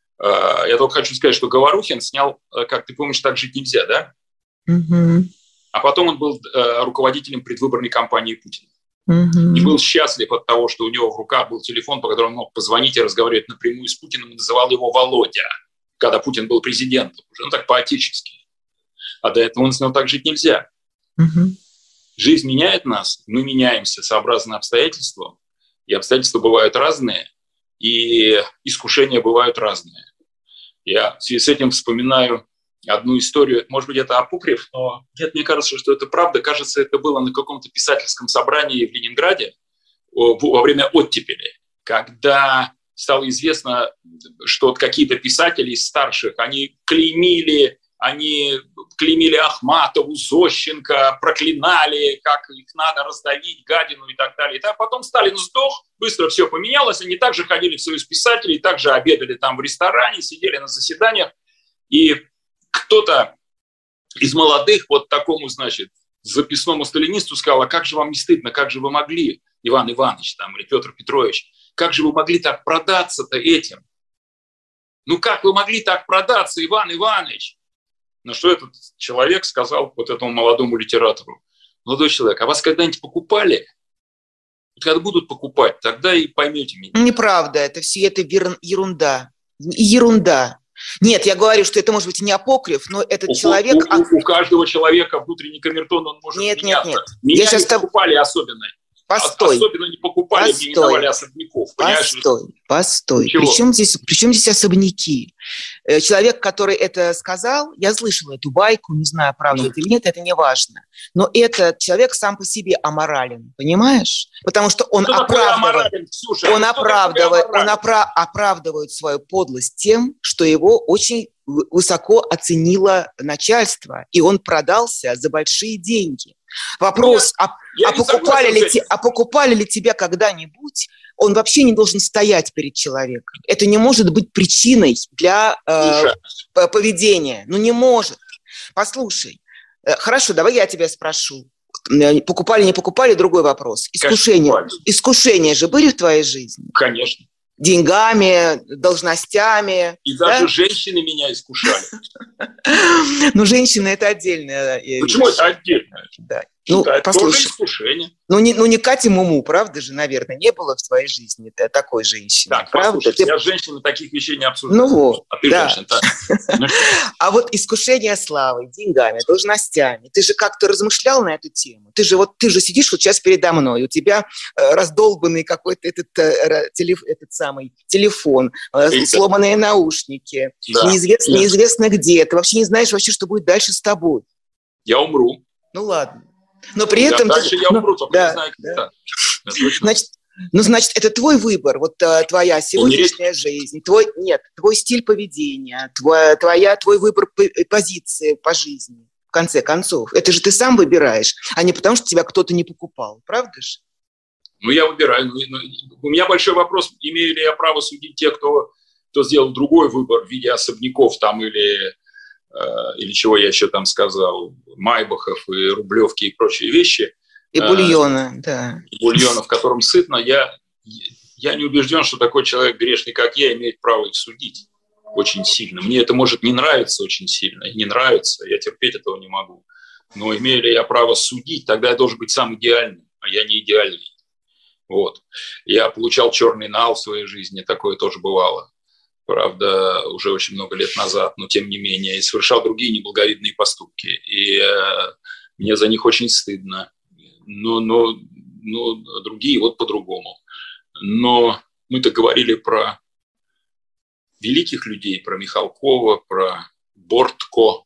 S2: Я только хочу сказать, что Говорухин снял, как ты помнишь, «Так жить нельзя», да?
S1: Угу.
S2: А потом он был руководителем предвыборной кампании Путина.
S1: Угу.
S2: И был счастлив от того, что у него в руках был телефон, по которому он мог позвонить и разговаривать напрямую с Путиным, и называл его Володя, когда Путин был президентом. Уже, ну, так по-отечески. А до этого он снял «Так жить нельзя».
S1: Угу. Жизнь
S2: меняет нас, мы меняемся сообразно обстоятельствам, и обстоятельства бывают разные, и искушения бывают разные. Я в связи с этим вспоминаю одну историю, может быть, это апокриф, но нет, мне кажется, что это правда. Кажется, это было на каком-то писательском собрании в Ленинграде во время оттепели, когда стало известно, что какие-то писатели из старших, они клеймили, они клеймили Ахматову, Зощенко, проклинали, как их надо раздавить, гадину и так далее. И так потом Сталин сдох, быстро все поменялось, они также ходили в Союз писателей, также обедали там в ресторане, сидели на заседаниях, и кто-то из молодых вот такому, значит, записному сталинисту сказал: а как же вам не стыдно, как же вы могли, Иван Иванович там, или Петр Петрович, как же вы могли так продаться-то этим? Ну как вы могли так продаться, Иван Иванович? На что этот человек сказал вот этому молодому литератору: молодой человек, а вас когда-нибудь покупали? Вот когда будут покупать, тогда и поймете меня.
S1: Неправда, это все это ерунда. Ерунда. Нет, я говорю, что это может быть не апокриф, но этот
S2: у,
S1: человек...
S2: У, у, у каждого человека внутренний камертон, он может
S1: нет,
S2: меняться.
S1: Нет, нет,
S2: Меня
S1: я сейчас
S2: не покупали особенно.
S1: Постой.
S2: Особенно не покупали,
S1: Постой.
S2: мне не давали особняков.
S1: Постой, постой. Причем здесь, причем здесь особняки? Человек, который это сказал, я слышала эту байку, не знаю, правда ну. это или нет, это не важно. Но этот человек сам по себе аморален, понимаешь? Потому что он
S2: что
S1: оправдывает,
S2: Слушай,
S1: он, оправдывает, он опра- оправдывает свою подлость тем, что его очень высоко оценило начальство, и он продался за большие деньги. Вопрос, Нет, а, а, покупали ли те, а покупали ли тебя когда-нибудь, он вообще не должен стоять перед человеком. Это не может быть причиной для э, поведения. Ну, не может. Послушай, э, хорошо, давай я тебя спрошу. Покупали, не покупали, другой вопрос. Искушения, искушения же были в твоей жизни?
S2: Конечно.
S1: Деньгами, должностями.
S2: И даже да? женщины меня искушали.
S1: Ну, женщины – это отдельная вещь.
S2: Почему это отдельно?
S1: Да.
S2: Ну, это тоже искушение.
S1: Ну не, ну, не Катя Муму, правда же, наверное, не было в твоей жизни такой женщины.
S2: Так,
S1: правда?
S2: Послушай,
S1: Ты...
S2: я с женщиной таких вещей не обсуждаю.
S1: Ну вот,
S2: а ты
S1: да.
S2: женщина, так.
S1: А вот искушение славой, деньгами, должностями, ты же как-то размышлял на эту тему? Ты же вот, ты же сидишь вот сейчас передо мной, у тебя э, раздолбанный какой-то этот, э, телеф, этот самый телефон, э, сломанные наушники, да. неизвестно, неизвестно где, ты вообще не знаешь вообще, что будет дальше с тобой.
S2: Я умру.
S1: Ну ладно. Но при этом...
S2: Да, дальше
S1: ты,
S2: я умру,
S1: ну,
S2: только
S1: да,
S2: не знаю,
S1: да.
S2: как.
S1: Значит, ну, значит, это твой выбор, вот а, твоя сегодняшняя Умереть. жизнь, твой, нет, твой стиль поведения, твоя, твоя, твой выбор позиции по жизни, в конце концов. Это же ты сам выбираешь, а не потому, что тебя кто-то не покупал, правда же?
S2: Ну, я выбираю. У меня большой вопрос, имею ли я право судить тех, кто, кто сделал другой выбор в виде особняков там или... или чего я еще там сказал, Майбахов и Рублевки и прочие вещи.
S1: И бульона, а, да.
S2: И бульона, в котором сытно. Я, я не убежден, что такой человек грешный, как я, имеет право их судить очень сильно. Мне это может не нравиться очень сильно. Не нравится, я терпеть этого не могу. Но имею ли я право судить, тогда я должен быть сам идеальным, а я не идеальный. Вот. Я получал черный нал в своей жизни, такое тоже бывало. Правда, уже очень много лет назад, но тем не менее, и совершал другие неблаговидные поступки. И э, мне за них очень стыдно. Но, но, но другие вот по-другому. Но мы-то говорили про великих людей, про Михалкова, про Бортко.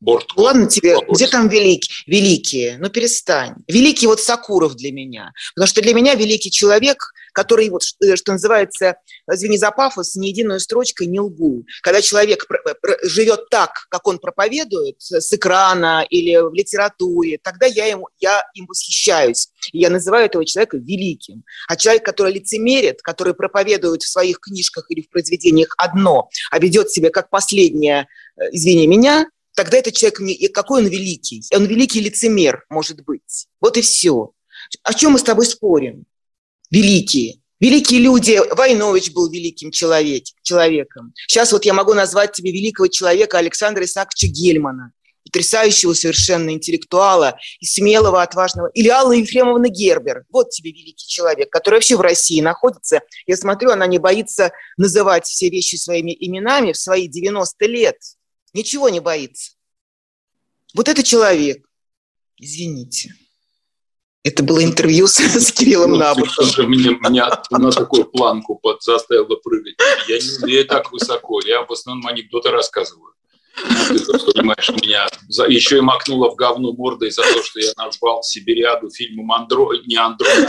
S2: Борт.
S1: Ладно тебе, где там великие? Великие, ну перестань. Великий вот Сакуров для меня. Потому что для меня великий человек, который, вот, что называется, извини за пафос, ни единой строчкой не лгу. Когда человек живет так, как он проповедует, с экрана или в литературе, тогда я, ему, я им восхищаюсь. И я называю этого человека великим. А человек, который лицемерит, который проповедует в своих книжках или в произведениях одно, а ведет себя как последнее, извини меня, тогда этот человек, какой он великий? Он великий лицемер, может быть. Вот и все. О чем мы с тобой спорим? Великие. Великие люди. Войнович был великим человек, человеком. Сейчас вот я могу назвать тебе великого человека Александра Исааковича Гельмана, потрясающего совершенно интеллектуала и смелого, отважного. Или Алла Ефремовна Гербер. Вот тебе великий человек, который вообще в России находится. Я смотрю, она не боится называть все вещи своими именами в свои девяносто лет. Ничего не боится. Вот это человек. Извините. Это было интервью с, с Кириллом ну, Набоком.
S2: Меня, меня на такую планку под, заставило прыгать. Я не умею так высоко. Я в основном анекдоты рассказываю. Ты понимаешь, меня за, еще и макнула в говно мордой за то, что я назвал Сибириаду фильмом Андро, не Андрон.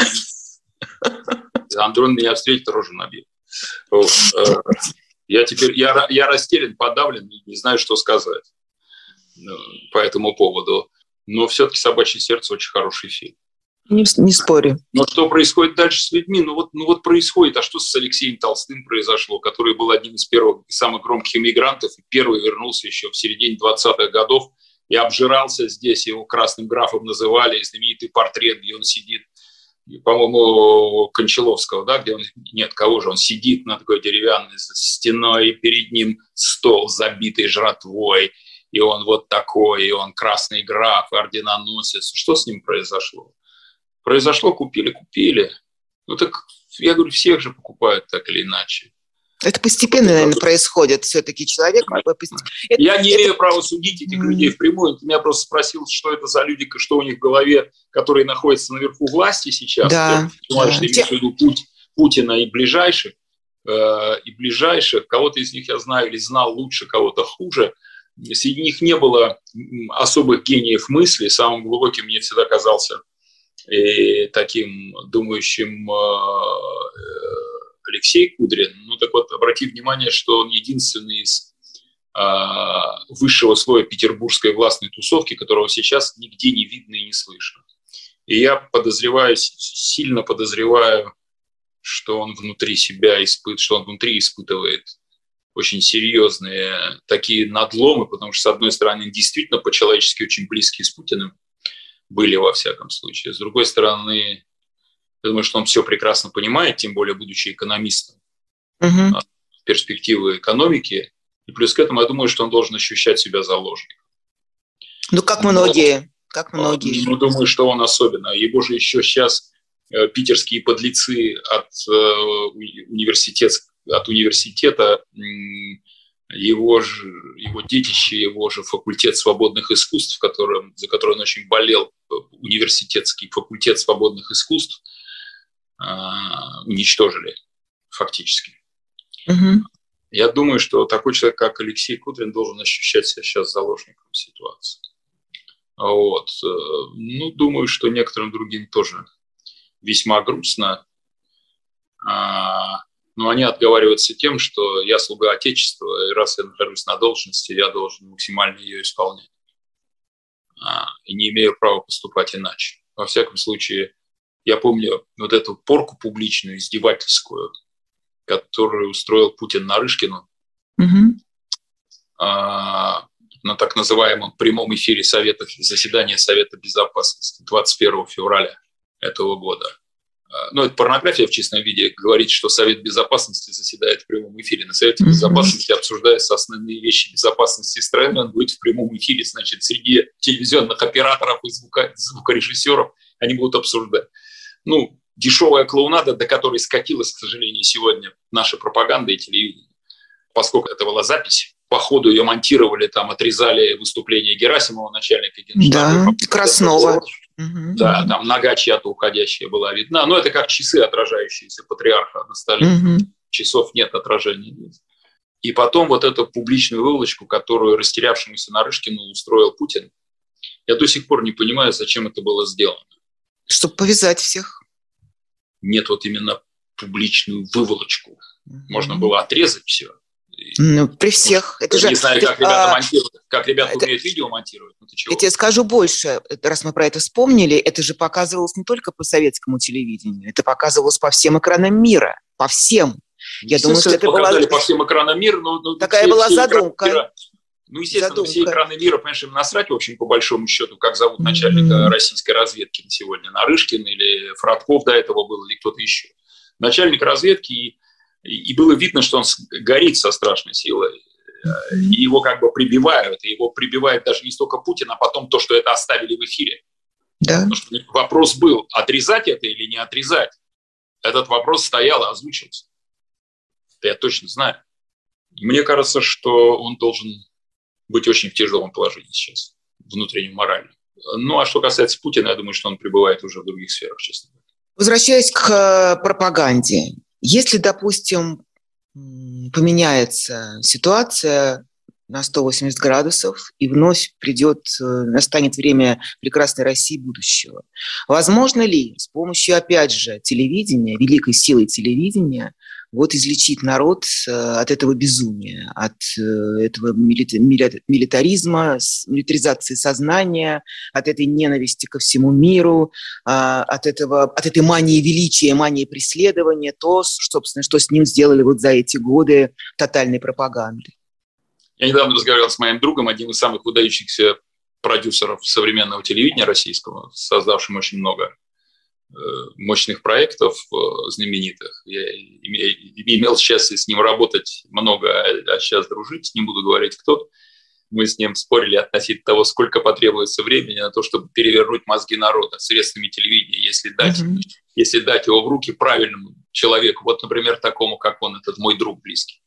S2: А Андрон меня встретит, рожу набил. Я теперь, я, я растерян, подавлен, не знаю, что сказать по этому поводу. Но все-таки «Собачье сердце» очень хороший фильм.
S1: Не, не спорю.
S2: Но что происходит дальше с людьми? Ну вот, ну вот происходит. А что с Алексеем Толстым произошло, который был одним из первых самых громких иммигрантов, и первый вернулся еще в середине двадцатых годов и обжирался здесь. Его красным графом называли, знаменитый портрет, где он сидит, по-моему, Кончаловского, да, где он, нет, кого же, он сидит на такой деревянной стеной, и перед ним стол, забитый жратвой, и он вот такой, и он красный граф, орденоносец. Что с ним произошло? Произошло, купили, купили. Ну так, я говорю, всех же покупают так или иначе.
S1: Это постепенно, наверное, происходит. Все-таки человек...
S2: Я не имею права судить этих людей впрямую. Ты меня просто спросил, что это за люди, что у них в голове, которые находятся наверху власти сейчас.
S1: Да.
S2: Ты понимаешь, ты имеешь в виду путь Путина и ближайших, э, и ближайших. Кого-то из них я знаю или знал лучше, кого-то хуже. Среди них не было особых гениев мысли. Самым глубоким мне всегда казался и таким думающим э, Алексей Кудрин. Ну так вот, обрати внимание, что он единственный из э, высшего слоя петербургской властной тусовки, которого сейчас нигде не видно и не слышно. И я подозреваю, сильно подозреваю, что он внутри себя испытывает, что он внутри испытывает очень серьезные такие надломы, потому что, с одной стороны, действительно по-человечески очень близкие с Путиным были, во всяком случае. С другой стороны, я думаю, что он все прекрасно понимает, тем более будучи экономистом, угу. перспективы экономики. И плюс к этому, я думаю, что он должен ощущать себя заложником.
S1: Ну, как многие. Но, как многие.
S2: Ну, думаю, что он особенно. Его же еще сейчас э, питерские подлецы от, э, университет, от университета, э, его, же, его детище, его же факультет свободных искусств, которым, за который он очень болел, университетский факультет свободных искусств, уничтожили фактически. Угу. Я думаю, что такой человек, как Алексей Кудрин, должен ощущать себя сейчас заложником ситуации. Вот. Ну, думаю, что некоторым другим тоже весьма грустно. Но они отговариваются тем, что я слуга Отечества, и раз я нахожусь на должности, я должен максимально ее исполнять. И не имею права поступать иначе. Во всяком случае, я помню вот эту порку публичную, издевательскую, которую устроил Путин Нарышкину угу. а, на так называемом прямом эфире Совета, заседания Совета Безопасности двадцать первого февраля этого года. А, ну, это порнография в чистом виде. Говорит, что Совет Безопасности заседает в прямом эфире. На Совете угу. Безопасности обсуждаются основные вещи безопасности страны. Он будет в прямом эфире, значит, среди телевизионных операторов и звука, звукорежиссеров они будут обсуждать. Ну, дешевая клоунада, до которой скатилась, к сожалению, сегодня наша пропаганда и телевидение. Поскольку это была запись, по ходу ее монтировали, там отрезали выступление Герасимова, начальника Генштаба.
S1: Да, Краснова.
S2: Угу. Да, там нога чья-то уходящая была видна. Но это как часы, отражающиеся патриарха на столе. Угу. Часов нет, отражения нет. И потом вот эту публичную выволочку, которую растерявшемуся Нарышкину устроил Путин, я до сих пор не понимаю, зачем это было сделано.
S1: Чтобы повязать всех.
S2: Нет, вот именно публичную выволочку. Можно было отрезать все.
S1: Ну, при всех.
S2: Это же, не знаю, как ребята а, монтируют, как ребята это, умеют видео монтировать. Ну,
S1: я тебе скажу больше, раз мы про это вспомнили, это же показывалось не только по советскому телевидению, это показывалось по всем экранам мира, по всем. Я думаю, что это
S2: показали
S1: была...
S2: по всем экранам мира. Но, но
S1: такая
S2: все,
S1: была
S2: все
S1: задумка.
S2: Мира, ну, естественно, задумка. Все экраны мира, понимаешь, им насрать, в общем, по большому счету, как зовут начальника mm-hmm. российской разведки на сегодня, Нарышкин или Фродков до этого был, или кто-то еще. Начальник разведки, и, и было видно, что он горит со страшной силой. И его как бы прибивают, и его прибивает даже не столько Путин, а потом то, что это оставили в эфире.
S1: Да.
S2: Потому что вопрос был, отрезать это или не отрезать. Этот вопрос стоял и озвучился. Это я точно знаю. Мне кажется, что он должен быть очень в тяжелом положении сейчас, внутреннем, моральном. Ну, а что касается Путина, я думаю, что он пребывает уже в других сферах, честно говоря.
S1: Возвращаясь к пропаганде. Если, допустим, поменяется ситуация на сто восемьдесят градусов, и вновь придет, настанет время прекрасной России будущего. Возможно ли с помощью, опять же, телевидения, великой силой телевидения, вот излечить народ от этого безумия, от этого милитаризма, милитаризации сознания, от этой ненависти ко всему миру, от, этого, от этой мании величия, мании преследования, то, собственно, что с ним сделали вот за эти годы тотальной пропаганды?
S2: Я недавно разговаривал с моим другом, одним из самых выдающихся продюсеров современного телевидения российского, создавшим очень много мощных проектов знаменитых. Я имел счастье с ним работать много, а сейчас дружить, не буду говорить кто. Мы с ним спорили относительно того, сколько потребуется времени на то, чтобы перевернуть мозги народа средствами телевидения, если дать, mm-hmm. если дать его в руки правильному человеку, вот, например, такому, как он, этот мой друг близкий.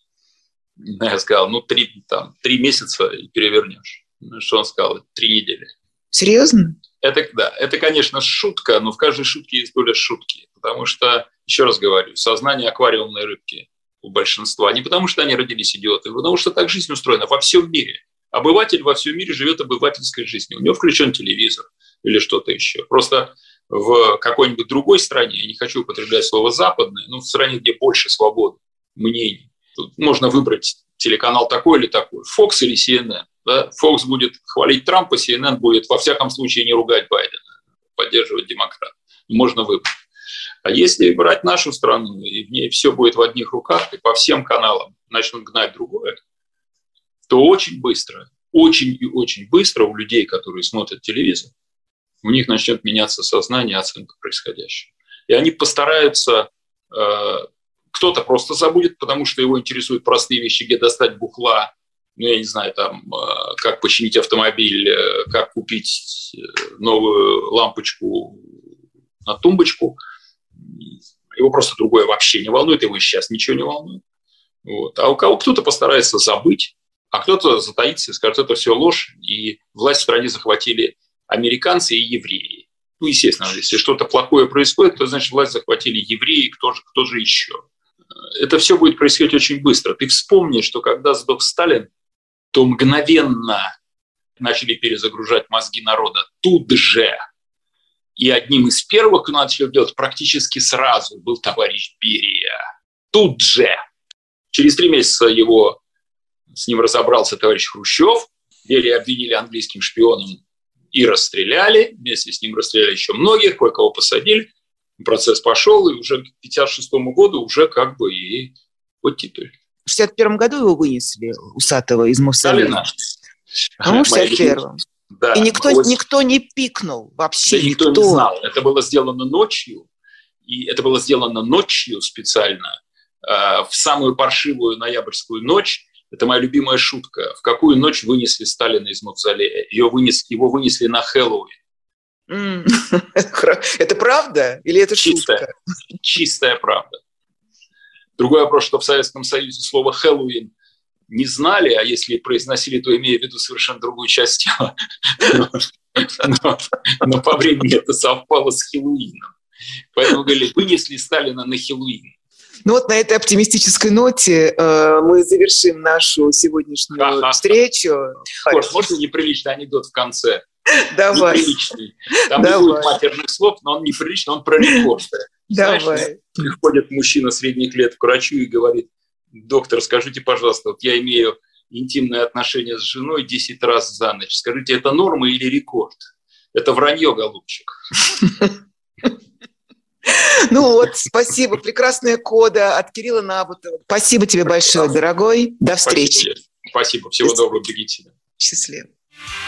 S2: Я сказал, ну, три, там, три месяца и перевернешь. Ну, что он сказал? Три недели.
S1: Серьезно?
S2: Это, да, это, конечно, шутка, но в каждой шутке есть доля шутки. Потому что, еще раз говорю, сознание аквариумной рыбки у большинства. Не потому что они родились идиоты, а потому что так жизнь устроена во всем мире. Обыватель во всем мире живет обывательской жизнью. У него включен телевизор или что-то еще. Просто в какой-нибудь другой стране, я не хочу употреблять слово «западной», но в стране, где больше свободы мнений, тут можно выбрать телеканал такой или такой, Fox или си эн эн. Да? Fox будет хвалить Трампа, си эн эн будет во всяком случае не ругать Байдена, поддерживать демократов. Можно выбрать. А если брать нашу страну, и в ней все будет в одних руках, и по всем каналам начнут гнать другое, то очень быстро, очень и очень быстро у людей, которые смотрят телевизор, у них начнет меняться сознание, оценка происходящего. И они постараются... Э, кто-то просто забудет, потому что его интересуют простые вещи, где достать бухла, ну, я не знаю, там, э, как починить автомобиль, э, как купить новую лампочку на тумбочку. Его просто другое вообще не волнует, его сейчас ничего не волнует. Вот. А у кого кто-то постарается забыть, а кто-то затаится и скажет, это все ложь, и власть в стране захватили американцы и евреи. Ну, естественно, если что-то плохое происходит, то, значит, власть захватили евреи, кто же, кто же еще. Это все будет происходить очень быстро. Ты вспомни, что когда сдох Сталин, то мгновенно начали перезагружать мозги народа. Тут же. И одним из первых, кто начал делать практически сразу, был товарищ Берия. Тут же. Через три месяца его, с ним разобрался товарищ Хрущев. Берия обвинили английским шпионом и расстреляли. Вместе с ним расстреляли еще многих, кое-кого посадили. Процесс пошел, и уже к пятьдесят шестому году уже как бы и оттитуль.
S1: В шестьдесят первом году его вынесли, усатого, из Мавзолея. А в шестьдесят первом. Да, и никто, вот, никто не пикнул вообще.
S2: Да, никто, никто не знал. Это было сделано ночью, и это было сделано ночью специально, э, в самую паршивую ноябрьскую ночь. Это моя любимая шутка. В какую ночь вынесли Сталина из Мавзолея? Ее вынес, его вынесли на Хэллоуин.
S1: Mm. Это правда или это
S2: чистая,
S1: шутка?
S2: Чистая правда. Другой вопрос, что в Советском Союзе слово «Хэллоуин» не знали, а если произносили, то имея в виду совершенно другую часть тела. Но, но, но по времени это совпало с Хэллоуином. Поэтому говорили, вынесли Сталина на Хэллоуин.
S1: Ну вот на этой оптимистической ноте э, мы завершим нашу сегодняшнюю Ха-ха. встречу.
S2: Кош, можно неприличный анекдот в конце?
S1: Давай.
S2: Неприличный. Там
S1: Давай.
S2: не будет матерных слов, но он неприличный, он про рекорды.
S1: Давай.
S2: Знаешь, приходит мужчина средних лет к врачу и говорит: доктор, скажите, пожалуйста, вот я имею интимные отношения с женой десять раз за ночь. Скажите, это норма или рекорд? Это вранье, голубчик.
S1: Ну вот, спасибо. Прекрасная кода от Кирилла Набутова. Спасибо тебе большое, дорогой. До встречи.
S2: Спасибо. Спасибо. Всего доброго. Берегите себя.
S1: Счастливо.